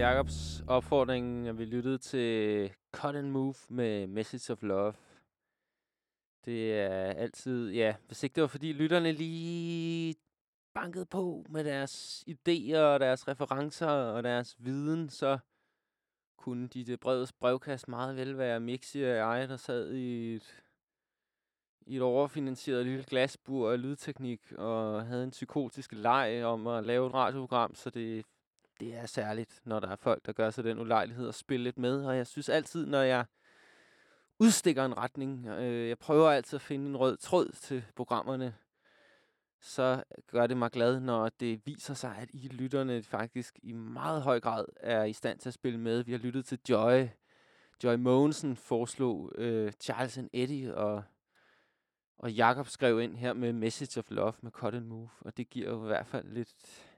Speaker 1: Jacobs opfordring, at vi lyttede til Cut and Move med Message of Love. Det er altid, ja, hvis ikke det var fordi lytterne lige bankede på med deres idéer og deres referencer og deres viden, så kunne de det brevkast meget vel være Mixi og jeg, der sad i et overfinansieret lille glasbur af lydteknik og havde en psykotisk leg om at lave et radioprogram, så det er særligt, når der er folk, der gør sig den ulejlighed at spille lidt med. Og jeg synes altid, når jeg udstikker en retning, jeg prøver altid at finde en rød tråd til programmerne, så gør det mig glad, når det viser sig, at I lytterne faktisk i meget høj grad er i stand til at spille med. Vi har lyttet til Joy Mogensen foreslog Charles and Eddie, og Jakob skrev ind her med Message of Love med Cut and Move, og det giver jo i hvert fald lidt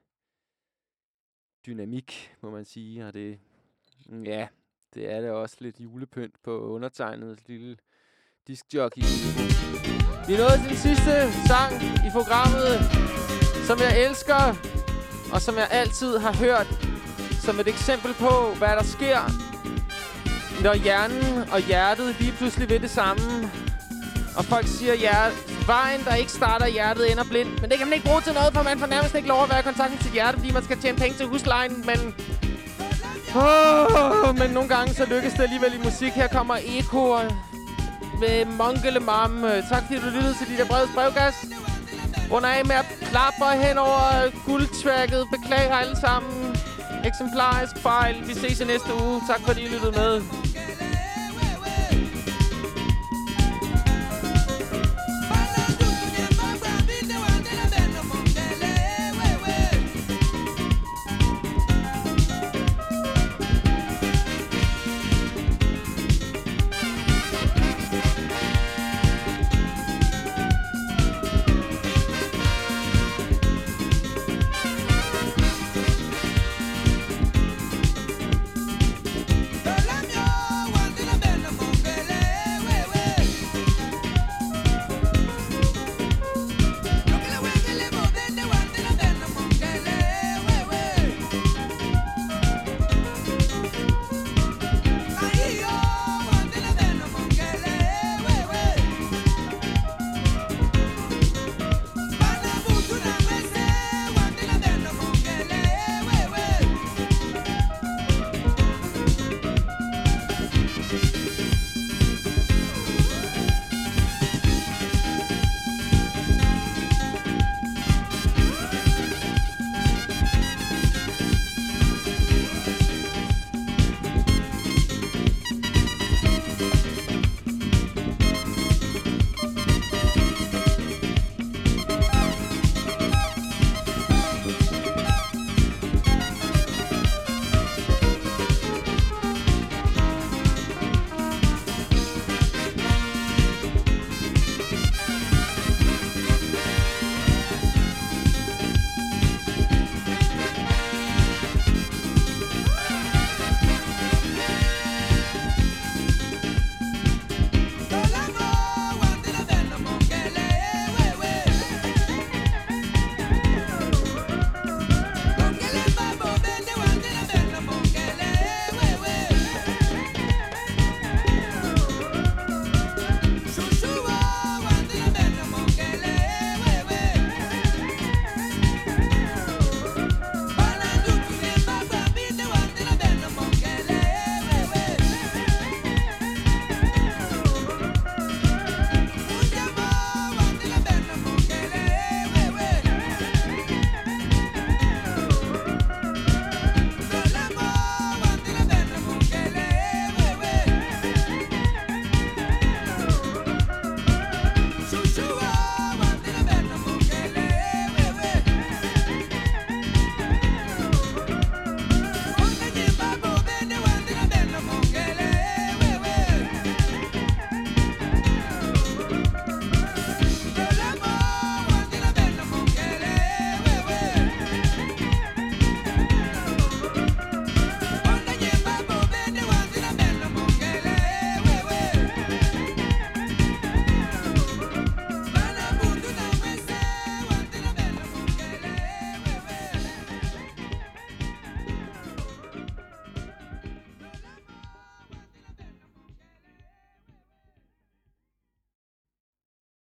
Speaker 1: dynamik, må man sige, og det er det også lidt julepynt på undertegnet lille diskjockey. Vi er nået til den sidste sang i programmet, som jeg elsker, og som jeg altid har hørt som et eksempel på, hvad der sker, når hjernen og hjertet lige pludselig vil det samme. Og folk siger, at vejen, der ikke starter hjertet, ender blind. Men det kan man ikke bruge til noget, for man får nærmest ikke lov at være i kontakt med sit hjerte, fordi man skal tjene penge til huslejen. Men nogle gange så lykkes det alligevel i musik. Her kommer Eko med Mongele Mam. Tak fordi du lyttede til de der brevkast. Runder af med at klappe hen over guldtracket. Beklager alle sammen. Eksemplarisk fejl. Vi ses i næste uge. Tak fordi I lyttede med.